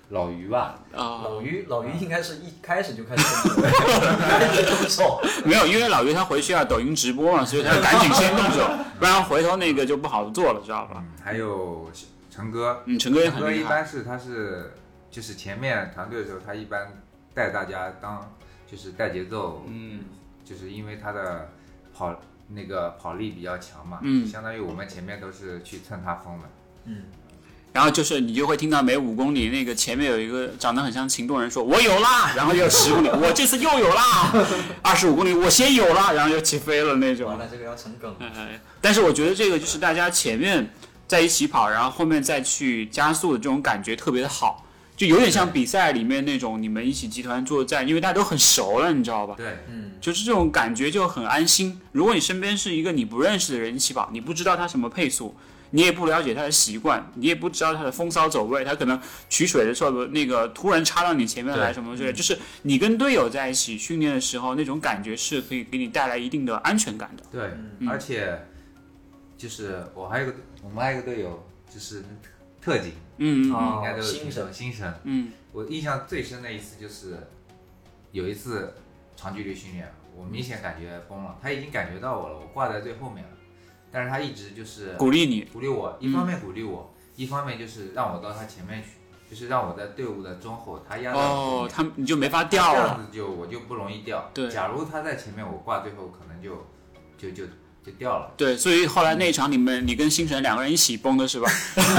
老于吧。 老于应该是一开始就开始动手， 没有，因为老于他回去要抖音直播嘛，所以他赶紧先动手，不然回头那个就不好做了，知道吧？ 还有陈哥， 陈哥也很厉害。 一般他是就是前面团队的时候，他一般带大家就是带节奏，就是因为他的跑力比较强嘛，相当于我们前面都是去蹭他风的， 然后就是你就会听到每5公里那个前面有一个长得很像秦东人说我有啦，然后又10公里我这次又有啦，25公里我先有啦，然后就起飞了那种。 完了这个要成梗。 但是我觉得这个就是大家前面在一起跑，然后后面再去加速的这种感觉特别的好，就有点像比赛里面那种你们一起集团作战，因为大家都很熟了，你知道吧？ 对， 就是这种感觉就很安心。如果你身边是一个你不认识的人一起跑，你不知道他什么配速，你也不了解他的习惯，你也不知道他的风骚走位，他可能取水的时候那个突然插到你前面来什么之类的，就是你跟队友在一起训练的时候，那种感觉是可以给你带来一定的安全感的。 对，而且就是我们还有一个队友就是特警，应该都有听说新神，我印象最深的一次就是有一次长距离训练，我明显感觉崩了，他已经感觉到我了，我挂在最后面了。但是他一直就是鼓励我，一方面鼓励我，一方面就是让我到他前面去，就是让我在队伍的中后，他压到你就没法掉了， 这样子我就不容易掉。对，假如他在前面，我挂最后可能就掉了。 对，所以后来那一场你跟星辰2个人一起崩的是吧？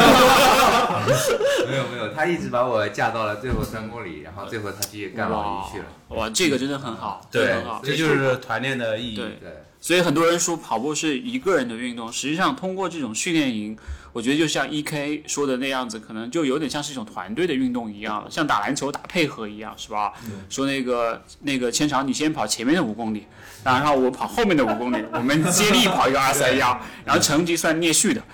没有，他一直把我架到了最后3公里，然后最后他去干老鱼去了。 哇，这个真的很好， 对， 很好， 这就是团练的意义。 对。所以很多人说跑步是一个人的运动，实际上通过这种训练营，我觉得就像 EK 说的那样子，可能就有点像是一种团队的运动一样，像打篮球打配合一样，是吧？说那个千朝你先跑前面的5公里，然后我跑后面的5公里，我们接力跑一个231，然后成绩算捏续的。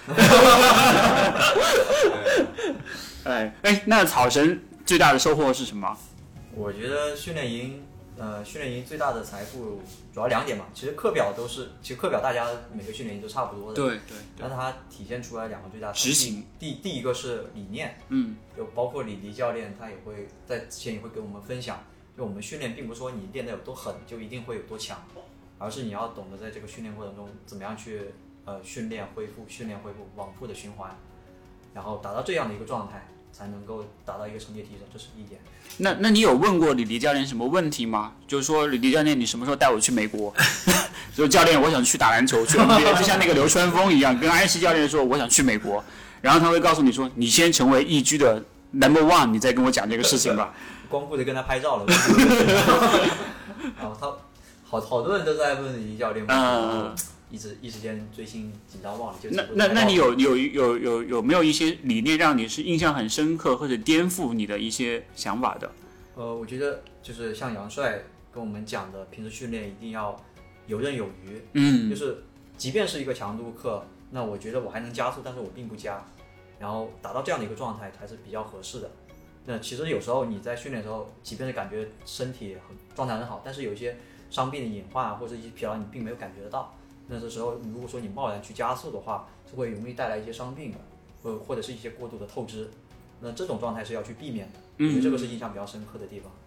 那草神最大的收获是什么？ 我觉得训练营最大的财富主要2点嘛，其实课表大家每个训练营都差不多的， 对， 但它体现出来2个最大的执行。 第一个是理念，就包括李迪教练他也会在之前也会给我们分享，就我们训练并不是说你练得有多狠就一定会有多强，而是你要懂得在这个训练过程中怎么样去训练恢复往复的循环，然后达到这样的一个状态，才能够达到一个成绩提升，这是一点。 那你有问过李迪教练什么问题吗？就是说李迪教练，你什么时候带我去美国？说教练，我想去打篮球，去 NBA， 就像那个流川枫一样，跟安西教练说我想去美国，然后他会告诉你说，你先成为易居的 No.1， 你再跟我讲这个事情吧。 光顾着跟他拍照了。然后他好多人都在问李迪教练，一时间追星紧张忘了。 那你有没有一些理念让你是印象很深刻或者颠覆你的一些想法的？ 我觉得就是像杨帅跟我们讲的，平时训练一定要游刃有余。就是即便是一个强度课，那我觉得我还能加速，但是我并不加，然后达到这样的一个状态才是比较合适的。那其实有时候你在训练的时候，即便是感觉身体状态很好，但是有一些伤病的隐患或者一些疲劳，你并没有感觉得到。那这时候如果说你贸然去加速的话，是会容易带来一些伤病的，或者是一些过度的透支。那这种状态是要去避免的。我觉得这个是印象比较深刻的地方。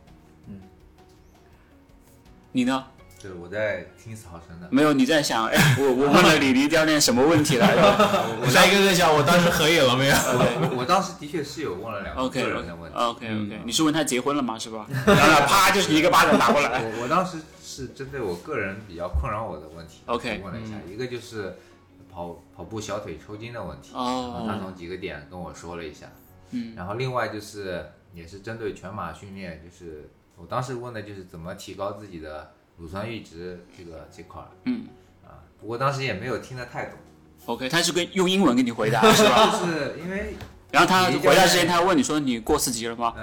你呢？ 对，我在听曹晨的。 没有，你在想，我问了李迪教练什么问题来着？ 我在一个在想，我当时合影了没有？ 我当时的确是有问了2个个人的问题。 OK， 你是问他结婚了吗？是吧？然后啪就是一个巴掌打过来。 我当时是针对我个人比较困扰我的问题问了一下，一个就是跑步小腿抽筋的问题，然后他从几个点跟我说了一下。然后另外就是也是针对全马训练，就是我当时问的就是怎么提高自己的乳酸阈值这块。不过当时也没有听得太懂。 OK， 他是用英文给你回答是吧？ 就是因为， 然后他回答之前他问你说你过4级了吗？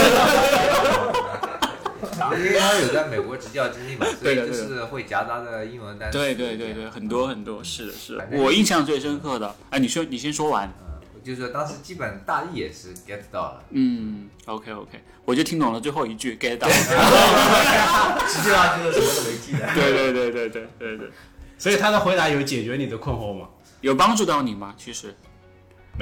因为他有在美国执教经历嘛，所以就是会夹杂的英文单词。 对，很多，是的。我印象最深刻的，你先说完。 就是当时基本大意也是 get 到了。 OK， 我就听懂了最后一句 get 到了。 实际上就是什么都没记得。 对。 所以他的回答有解决你的困惑吗？ 有帮助到你吗？其实没有。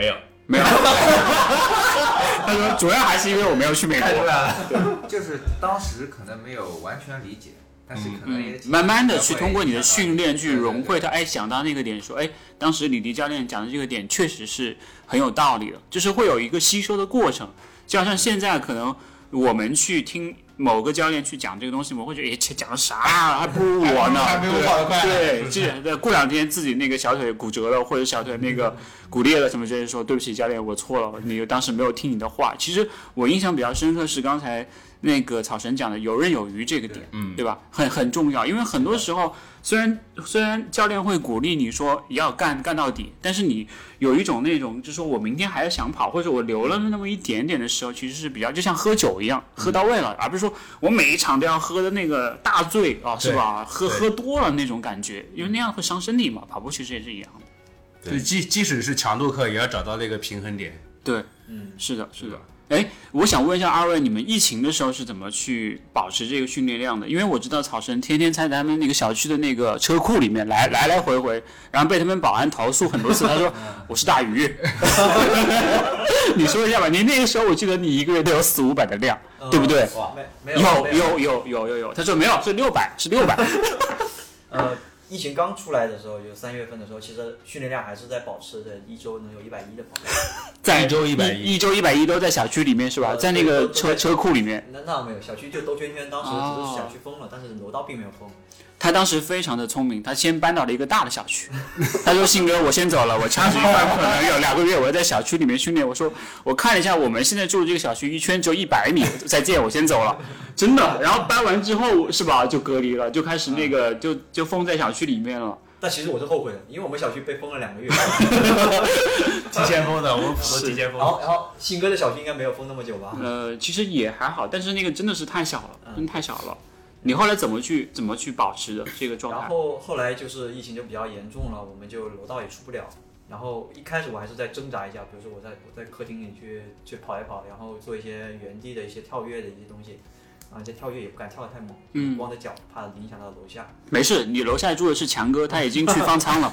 没有。他说主要还是因为我没有去美国。 就是当时可能没有完全理解，但是可能也慢慢的去通过你的训练去融会它，想到那个点说，当时李迪教练讲的这个点确实是很有道理的，就是会有一个吸收的过程，就好像现在可能我们去听某个教练去讲这个东西，我们会觉得讲的啥，还不如我呢， 还没有跑得快。 对，过两天自己那个小腿骨折了，或者小腿那个骨裂了什么之类的，说对不起教练，我错了，你当时没有听你的话。其实我印象比较深刻是刚才那个草神讲的游刃有余这个点，对吧？很重要，因为很多时候虽然教练会鼓励你说要干到底，但是你有一种那种就是说我明天还是想跑，或者我留了那么一点点的时候，其实是比较就像喝酒一样，喝到位了，而不是说我每一场都要喝的那个大醉啊，是吧？喝多了那种感觉，因为那样会伤身体嘛。跑步其实也是一样的。 对，即使是强度课，也要找到那个平衡点。 对，是的。我想问一下二位，你们疫情的时候是怎么去保持这个训练量的？因为我知道草神天天在他们那个小区的那个车库里面来回，然后被他们保安投诉很多次。他说我是大鱼，你说一下吧。你那个时候我记得你一个月都有400-500的量，对不对？ 没有。他说没有，是600。 疫情刚出来的时候，就3月份的时候，其实训练量还是在保持着一周能有110的跑。 在一周110， 一周110都在小区里面是吧？在那个车库里面。 那没有，小区就兜圈圈，当时只是小区封了，但是楼道并没有封。 他当时非常的聪明，他先搬到了一个大的小区。他说：“信哥，我先走了，我长期可能有2个月，我要在小区里面训练。”我说：“我看了一下，我们现在住的这个小区一圈只有100米，再见，我先走了。”真的。然后搬完之后是吧，就隔离了，就开始那个就封在小区里面了。 但其实我是后悔的，因为我们小区被封了2个月。 提前封的，我们普通提前封。 然后信哥的小区应该没有封那么久吧？ 其实也还好，但是那个真的是太小了，真的太小了。你后来怎么去保持的这个状态？ 然后后来就是疫情就比较严重了，我们就楼道也出不了。然后一开始我还是在挣扎一下，比如说我在客厅里去跑一跑，然后做一些原地的一些跳跃的一些东西。这跳跃也不敢跳得太猛，光着脚怕影响到楼下。没事， 你楼下住的是强哥，他已经去方舱了。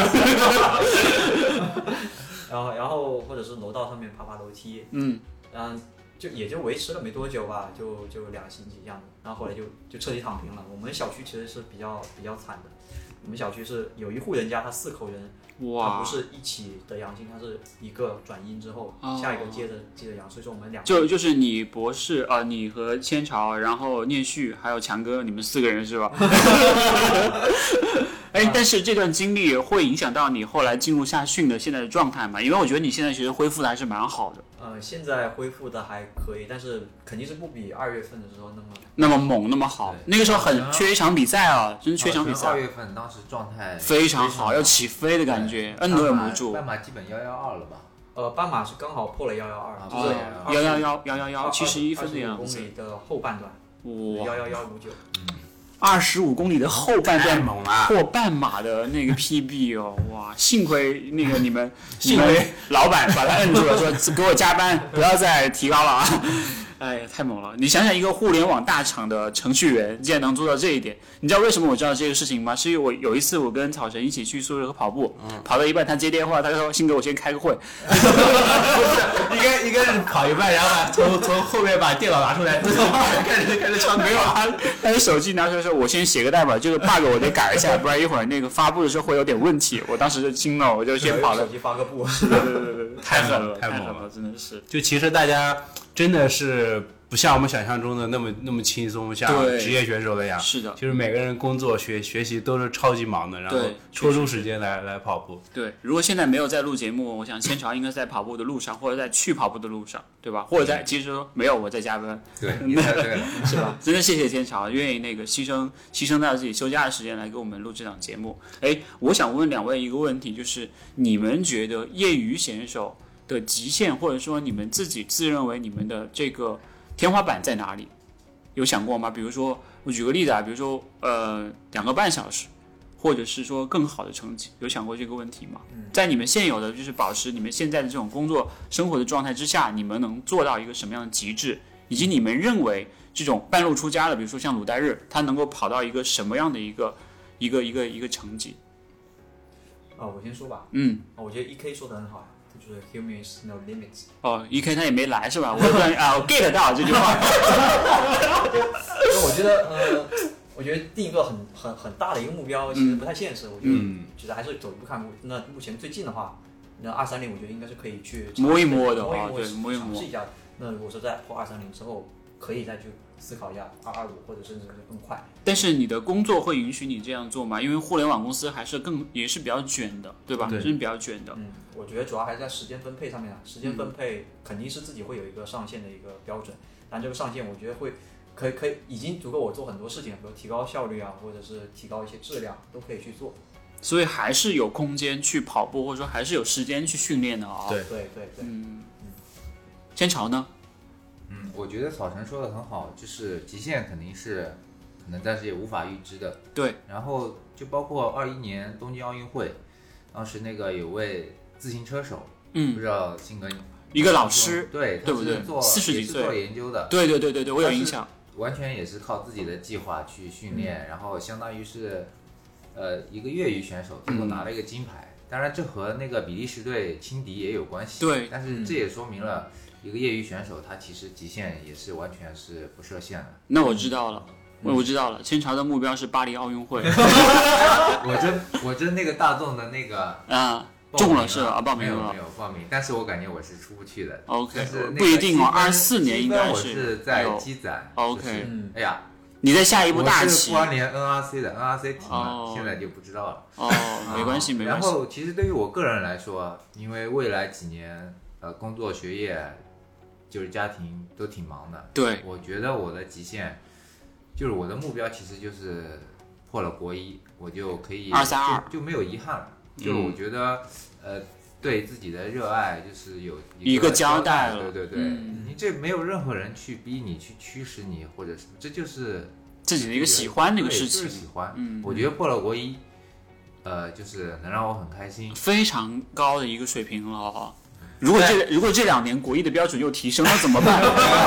然后或者是楼道上面爬楼梯，就也就维持了没多久吧，就2个星期这样的，然后后来就彻底躺平了。我们小区其实是比较惨的，我们小区是有一户人家，他4口人。他不是一起的阳性，他是一个转阴之后，下一个接着阳，所以说我们就是你博士你和千朝，然后聂旭还有强哥，你们4个人是吧？但是这段经历会影响到你后来进入下训的现在的状态吗？因为我觉得你现在其实恢复的还是蛮好的。 现在恢复的还可以，但是肯定是不比2月份的时候那么猛那么好。那个时候很缺一场比赛啊，真缺一场比赛。 2月份当时状态非常好，要起飞的感觉，摁都摁不住。 斑马基本112了吧？ 斑马是刚好破了112，就是 11171分的样子。 25公里的后半段，11159。 25公里的后半段破半马的那个 PB 哦，哇！幸亏那个你们老板把他摁住了，说给我加班，不要再提高了啊！哎呀，太猛了！你想想，一个互联网大厂的程序员竟然能做到这一点，你知道为什么我知道这个事情吗？是因为我有一次我跟草神一起去宿舍跑步，跑到一半他接电话，他说：“信哥，我先开个会。” 应该是跑一半，然后从后面把电脑拿出来，开始敲。 没有，他的手机拿出来说：“我先写个代码，这个 bug 我得改一下，不然一会儿那个发布的时候会有点问题。”我当时就惊了，我就先跑了。 手机发个布。 对，太狠了，真的是。 就其实大家真的是不像我们想象中的那么轻松，像职业选手那样。 是的， 就是每个人工作学习都是超级忙的，然后抽出时间来跑步。 对，如果现在没有在录节目，我想千朝应该在跑步的路上，或者在去跑步的路上，对吧？或者其实没有我在加班。 对，你猜对了， 是吧？真的谢谢千朝，愿意那个牺牲到自己休假的时间来给我们录这档节目。我想问2位一个问题，就是你们觉得业余选手的极限，或者说你们自己自认为你们的这个天花板在哪里？有想过吗？比如说，我举个例子啊，比如说2个半小时，或者是说更好的成绩，有想过这个问题吗？在你们现有的就是保持你们现在的这种工作生活的状态之下，你们能做到一个什么样的极致？以及你们认为这种半路出家的，比如说像鲁代日，他能够跑到一个什么样的一个成绩？ 我先说吧。我觉得1K 说的很好。 就是 Human is no limits。 哦，EK 他也没来是吧？我我 get 到这句话。 我觉得定一个很大的一个目标其实不太现实，我觉得其实还是走一步看一步。那目前最近的话，那230我觉得应该是可以去摸一摸的啊， 对，摸一摸， 尝试一下。那如果说在破230之后，可以再去思考一下225或者甚至更快。 但是你的工作会允许你这样做吗？因为互联网公司还是也是比较卷的，对吧？ 对， 真是比较卷的。 我觉得主要还是在时间分配上面啊。时间分配肯定是自己会有一个上限的一个标准，但这个上限我觉得可以已经足够我做很多事情，比如提高效率啊，或者是提高一些质量，都可以去做。 所以还是有空间去跑步，或者说还是有时间去训练的啊。 对。 千朝呢？ 我觉得草晨说的很好，就是极限肯定是可能暂时也无法预知的。 对。 然后就包括21年东京奥运会，当时那个有位自行车手，不知道信哥一个老师， 对不对？40几岁做研究的。 对，我有印象。 完全也是靠自己的计划去训练，然后相当于是一个业余选手，最后拿了一个金牌。当然这和那个比利时队轻敌也有关系。 对。 但是这也说明了一个业余选手他其实极限也是完全是不设限的。 那我知道了。我知道了，千朝的目标是巴黎奥运会。 我真那个大众的那个中了是吧？报名了没有报名，但是我感觉我是出不去的。 OK， 不一定哦，24年应该是。我是在积攒。 OK， 哎呀， 你在下一步大棋。 我是关联 NRC 的 ，NRC 停了，现在就不知道了。 没关系。 然后其实对于我个人来说，因为未来几年工作、学业，就是家庭都挺忙的。 对。 我觉得我的极限，就是我的目标，其实就是破了国1，我就可以 232， 就没有遗憾了。就是我觉得，对自己的热爱就是有一个交代了。 对，你这没有任何人去逼你、去驱使你，或者什么，这就是自己的一个喜欢那个事情。 就是喜欢。我觉得破了国1，就是能让我很开心， 非常高的一个水平了哈。如果这2年国1的标准又提升了怎么办？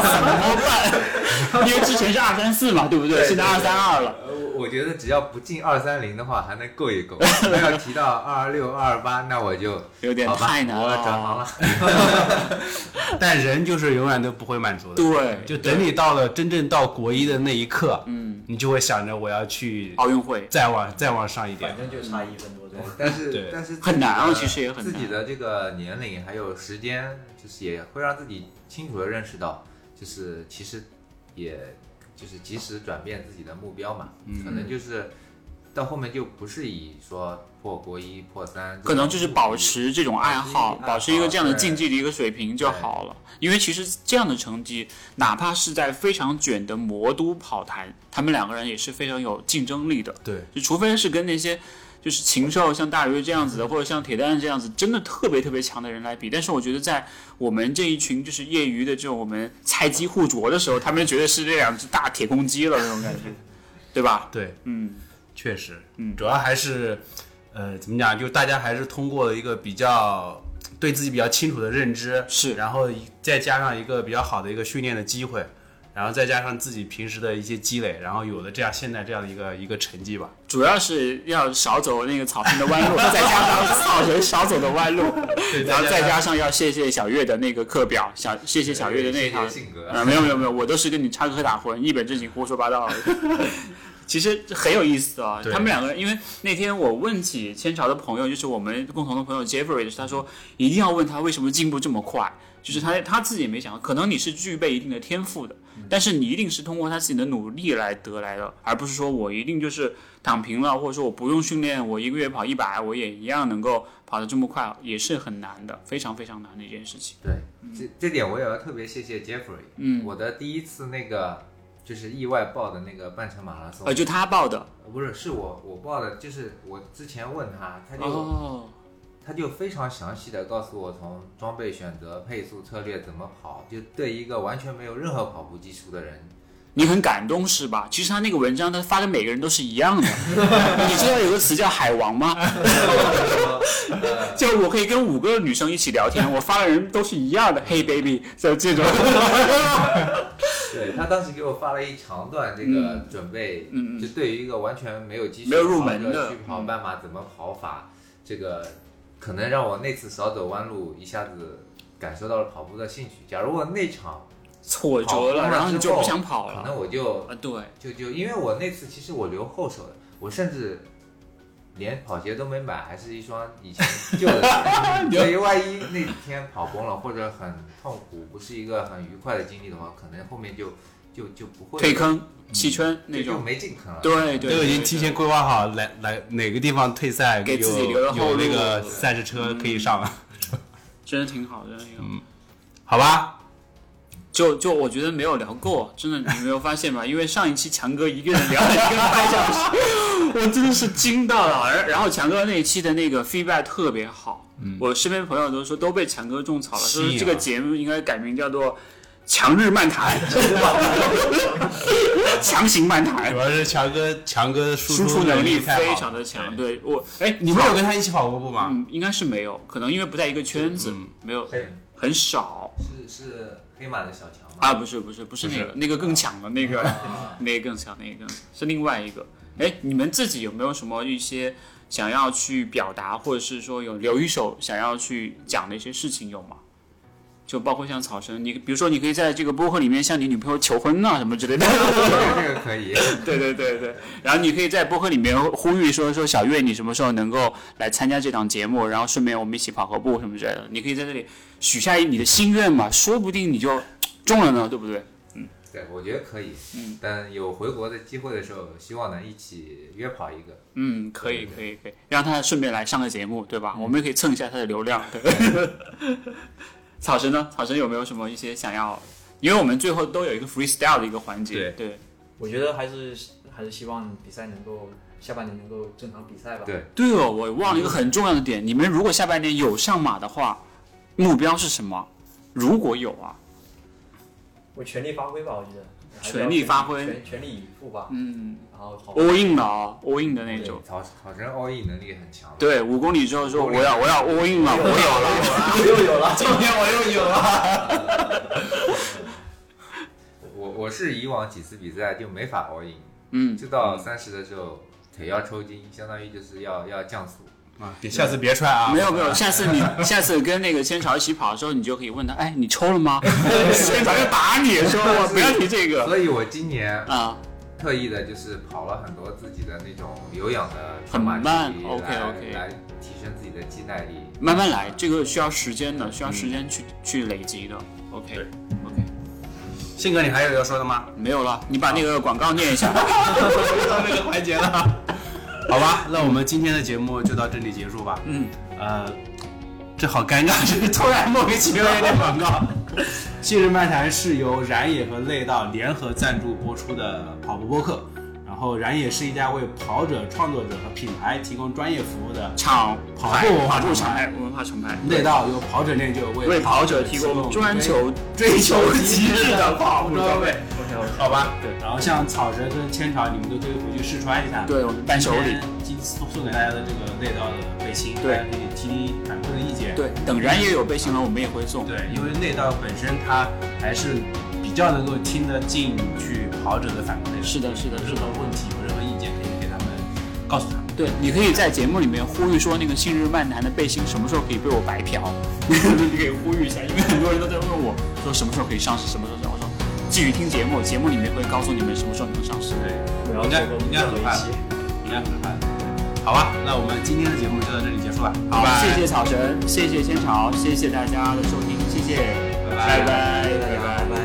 因为之前是234嘛，对不对？现在232了。 我觉得只要不进230的话，还能够一够。那要提到226、228，那我就有点太难了。 我转行了。 但人就是永远都不会满足的。 对， 就等你到了真正到国1的那一刻，你就会想着我要去奥运会， 再往上一点。 反正就差1分多钟。 但是很难啊，其实也很难。 自己的这个年龄还有时间，就是也会让自己清楚的认识到，就是其实也就是及时转变自己的目标嘛。可能就是到后面就不是以说破国1、破3， 可能就是保持这种爱好，保持一个这样的竞技的一个水平就好了。因为其实这样的成绩，哪怕是在非常卷的魔都跑坛，他们2个人也是非常有竞争力的。 对， 就除非是跟那些就是禽兽像大鱼这样子的，或者像铁蛋这样子真的特别特别强的人来比。但是我觉得在我们这一群就是业余的这种我们菜鸡互啄的时候，他们觉得是这2只大铁公鸡了那种感觉，对吧？ 对，确实，主要还是怎么讲，就大家还是通过一个比较对自己比较清楚的认知， 是， 然后再加上一个比较好的一个训练的机会，然后再加上自己平时的一些积累，然后有了现在这样的一个成绩吧。 主要是要少走那个草坪的弯路，再加上草人少走的弯路，然后再加上要谢谢小月的那个课表，谢谢小月的那一套性格。 没有，我都是跟你插科打诨，一本正经胡说八道。其实很有意思啊，他们2个人，因为那天我问起千朝的朋友，就是我们共同的朋友 Jeffrey， 他说一定要问他为什么进步这么快，就是他自己也没想到，可能你是具备一定的天赋的，但是你一定是通过他自己的努力来得来的，而不是说我一定就是躺平了，或者说我不用训练，我1个月跑100，我也一样能够跑得这么快，也是很难的，非常非常难的一件事情。 对，这点我也要特别谢谢 Jeffrey。我的第一次那个就是意外报的那个半程马拉松， 就他报的， 不是，是我报的，就是我之前问他，他就非常详细的告诉我从装备选择、配速策略怎么跑，就对一个完全没有任何跑步基础的人。 你很感动是吧？其实他那个文章他发给每个人都是一样的。你知道有个词叫海王吗？就我可以跟5个女生一起聊天，我发的人都是一样的。Hey baby， 就这种。 对，他当时给我发了一长段这个准备，就对于一个完全没有基础、 没有入门的去跑半马怎么跑法，这个可能让我那次少走弯路，一下子感受到了跑步的兴趣。假如我那场挫折了，然后你就不想跑了， 可能我就对， 就因为我那次其实我留后手的，我甚至连跑鞋都没买，还是一双以前旧的鞋，所以万一那天跑崩了或者很痛苦，不是一个很愉快的经历的话，可能后面就不会退坑弃圈那种， 就没进坑了。 对， 都已经提前规划好来哪个地方退赛， 给自己留了后路， 有那个赛事车可以上了， 真的挺好，真的挺好。 好吧。 就我觉得没有聊够，真的你没有发现吗？因为上一期强哥一个人聊了1个半小时，我真的是惊到了。然后强哥那一期的那个 feedback 特别好，我身边朋友都说都被强哥种草了，说这个节目应该改名叫做强日漫谈，强行漫谈， 主要是强哥的输出能力非常的强。对我， 你们有跟他一起跑过步吗？ 应该是没有，可能因为不在一个圈子，没有，很少。 是黑马的小强吗？ 啊，不是那个更强的那个，那个更强，是另外一个。你们自己有没有什么一些想要去表达，或者是说留一手想要去讲的一些事情有吗？就包括像草神，你比如说你可以在这个播客里面向你女朋友求婚啊什么之类的， 这个可以。 对，然后你可以在播客里面呼吁说小月你什么时候能够来参加这档节目，然后顺便我们一起跑个步什么之类的，你可以在这里许下你的心愿嘛，说不定你就中了呢，对不对？ 对，我觉得可以。但有回国的机会的时候，希望能一起约跑一个。 可以，让他顺便来上个节目，对吧？我们也可以蹭一下他的流量。对。草神呢？草神有没有什么一些想要？因为我们最后都有一个 freestyle 的一个环节。对， 我觉得还是希望比赛能够下半年能够正常比赛吧。 对哦，我忘了一个很重要的点，你们如果下半年有上马的话，目标是什么？如果有啊， 我全力发挥吧，我觉得。 全力发挥， 全力以赴吧。然后 all in 的all in 的那种。 草神 all in 能力很强。 对，5公里之后说我要 all in 了， 我又有了，今天我又有了。 我是以往几次比赛就没法 all in，就到30的时候腿要抽筋，相当于就是要降速。 下次别穿啊！ 没有，下次跟那个千朝一起跑的时候，你就可以问他，你抽了吗？千朝就打你说我不要提这个。 所以我今年特意的就是跑了很多自己的那种有氧的很慢 ，OK， 来提升自己的肌耐力。 慢慢来，这个需要时间的，需要时间去累积的。OK。 信哥，你还有要说的吗？ 没有了，你把那个广告念一下。 到那个环节了。好吧，那我们今天的节目就到这里结束吧。这好尴尬，这突然莫名其妙有点广告。昔日漫谈是由燃野和类道联合赞助播出的跑步播客。然后燃野是一家为跑者、创作者和品牌提供专业服务的跑步文化厂牌。 类道由跑者练就为跑者提供追求极致的跑步装备。 好吧，对。然后像草神跟千朝，你们都可以回去试穿一下。 对，我们伴手礼。 送给大家的这个类道的背心， 对， 大家可以提反馈的意见。 对，等燃野有背心了，我们也会送。 对，因为类道本身它还是比较能够听得进去跑者的反馈。 是的。 任何问题有任何意见，可以给他们告诉他们。 对，你可以在节目里面呼吁说，那个信日漫谈的背心什么时候可以被我白嫖？你可以呼吁一下，因为很多人都在问我说什么时候可以上市，什么时候上。我说继续听节目，节目里面会告诉你们什么时候能上市。 对，应该很快的，应该很快的。好吧，那我们今天的节目就到这里结束了。 好，谢谢草神，谢谢千朝，谢谢大家的收听，谢谢，拜拜。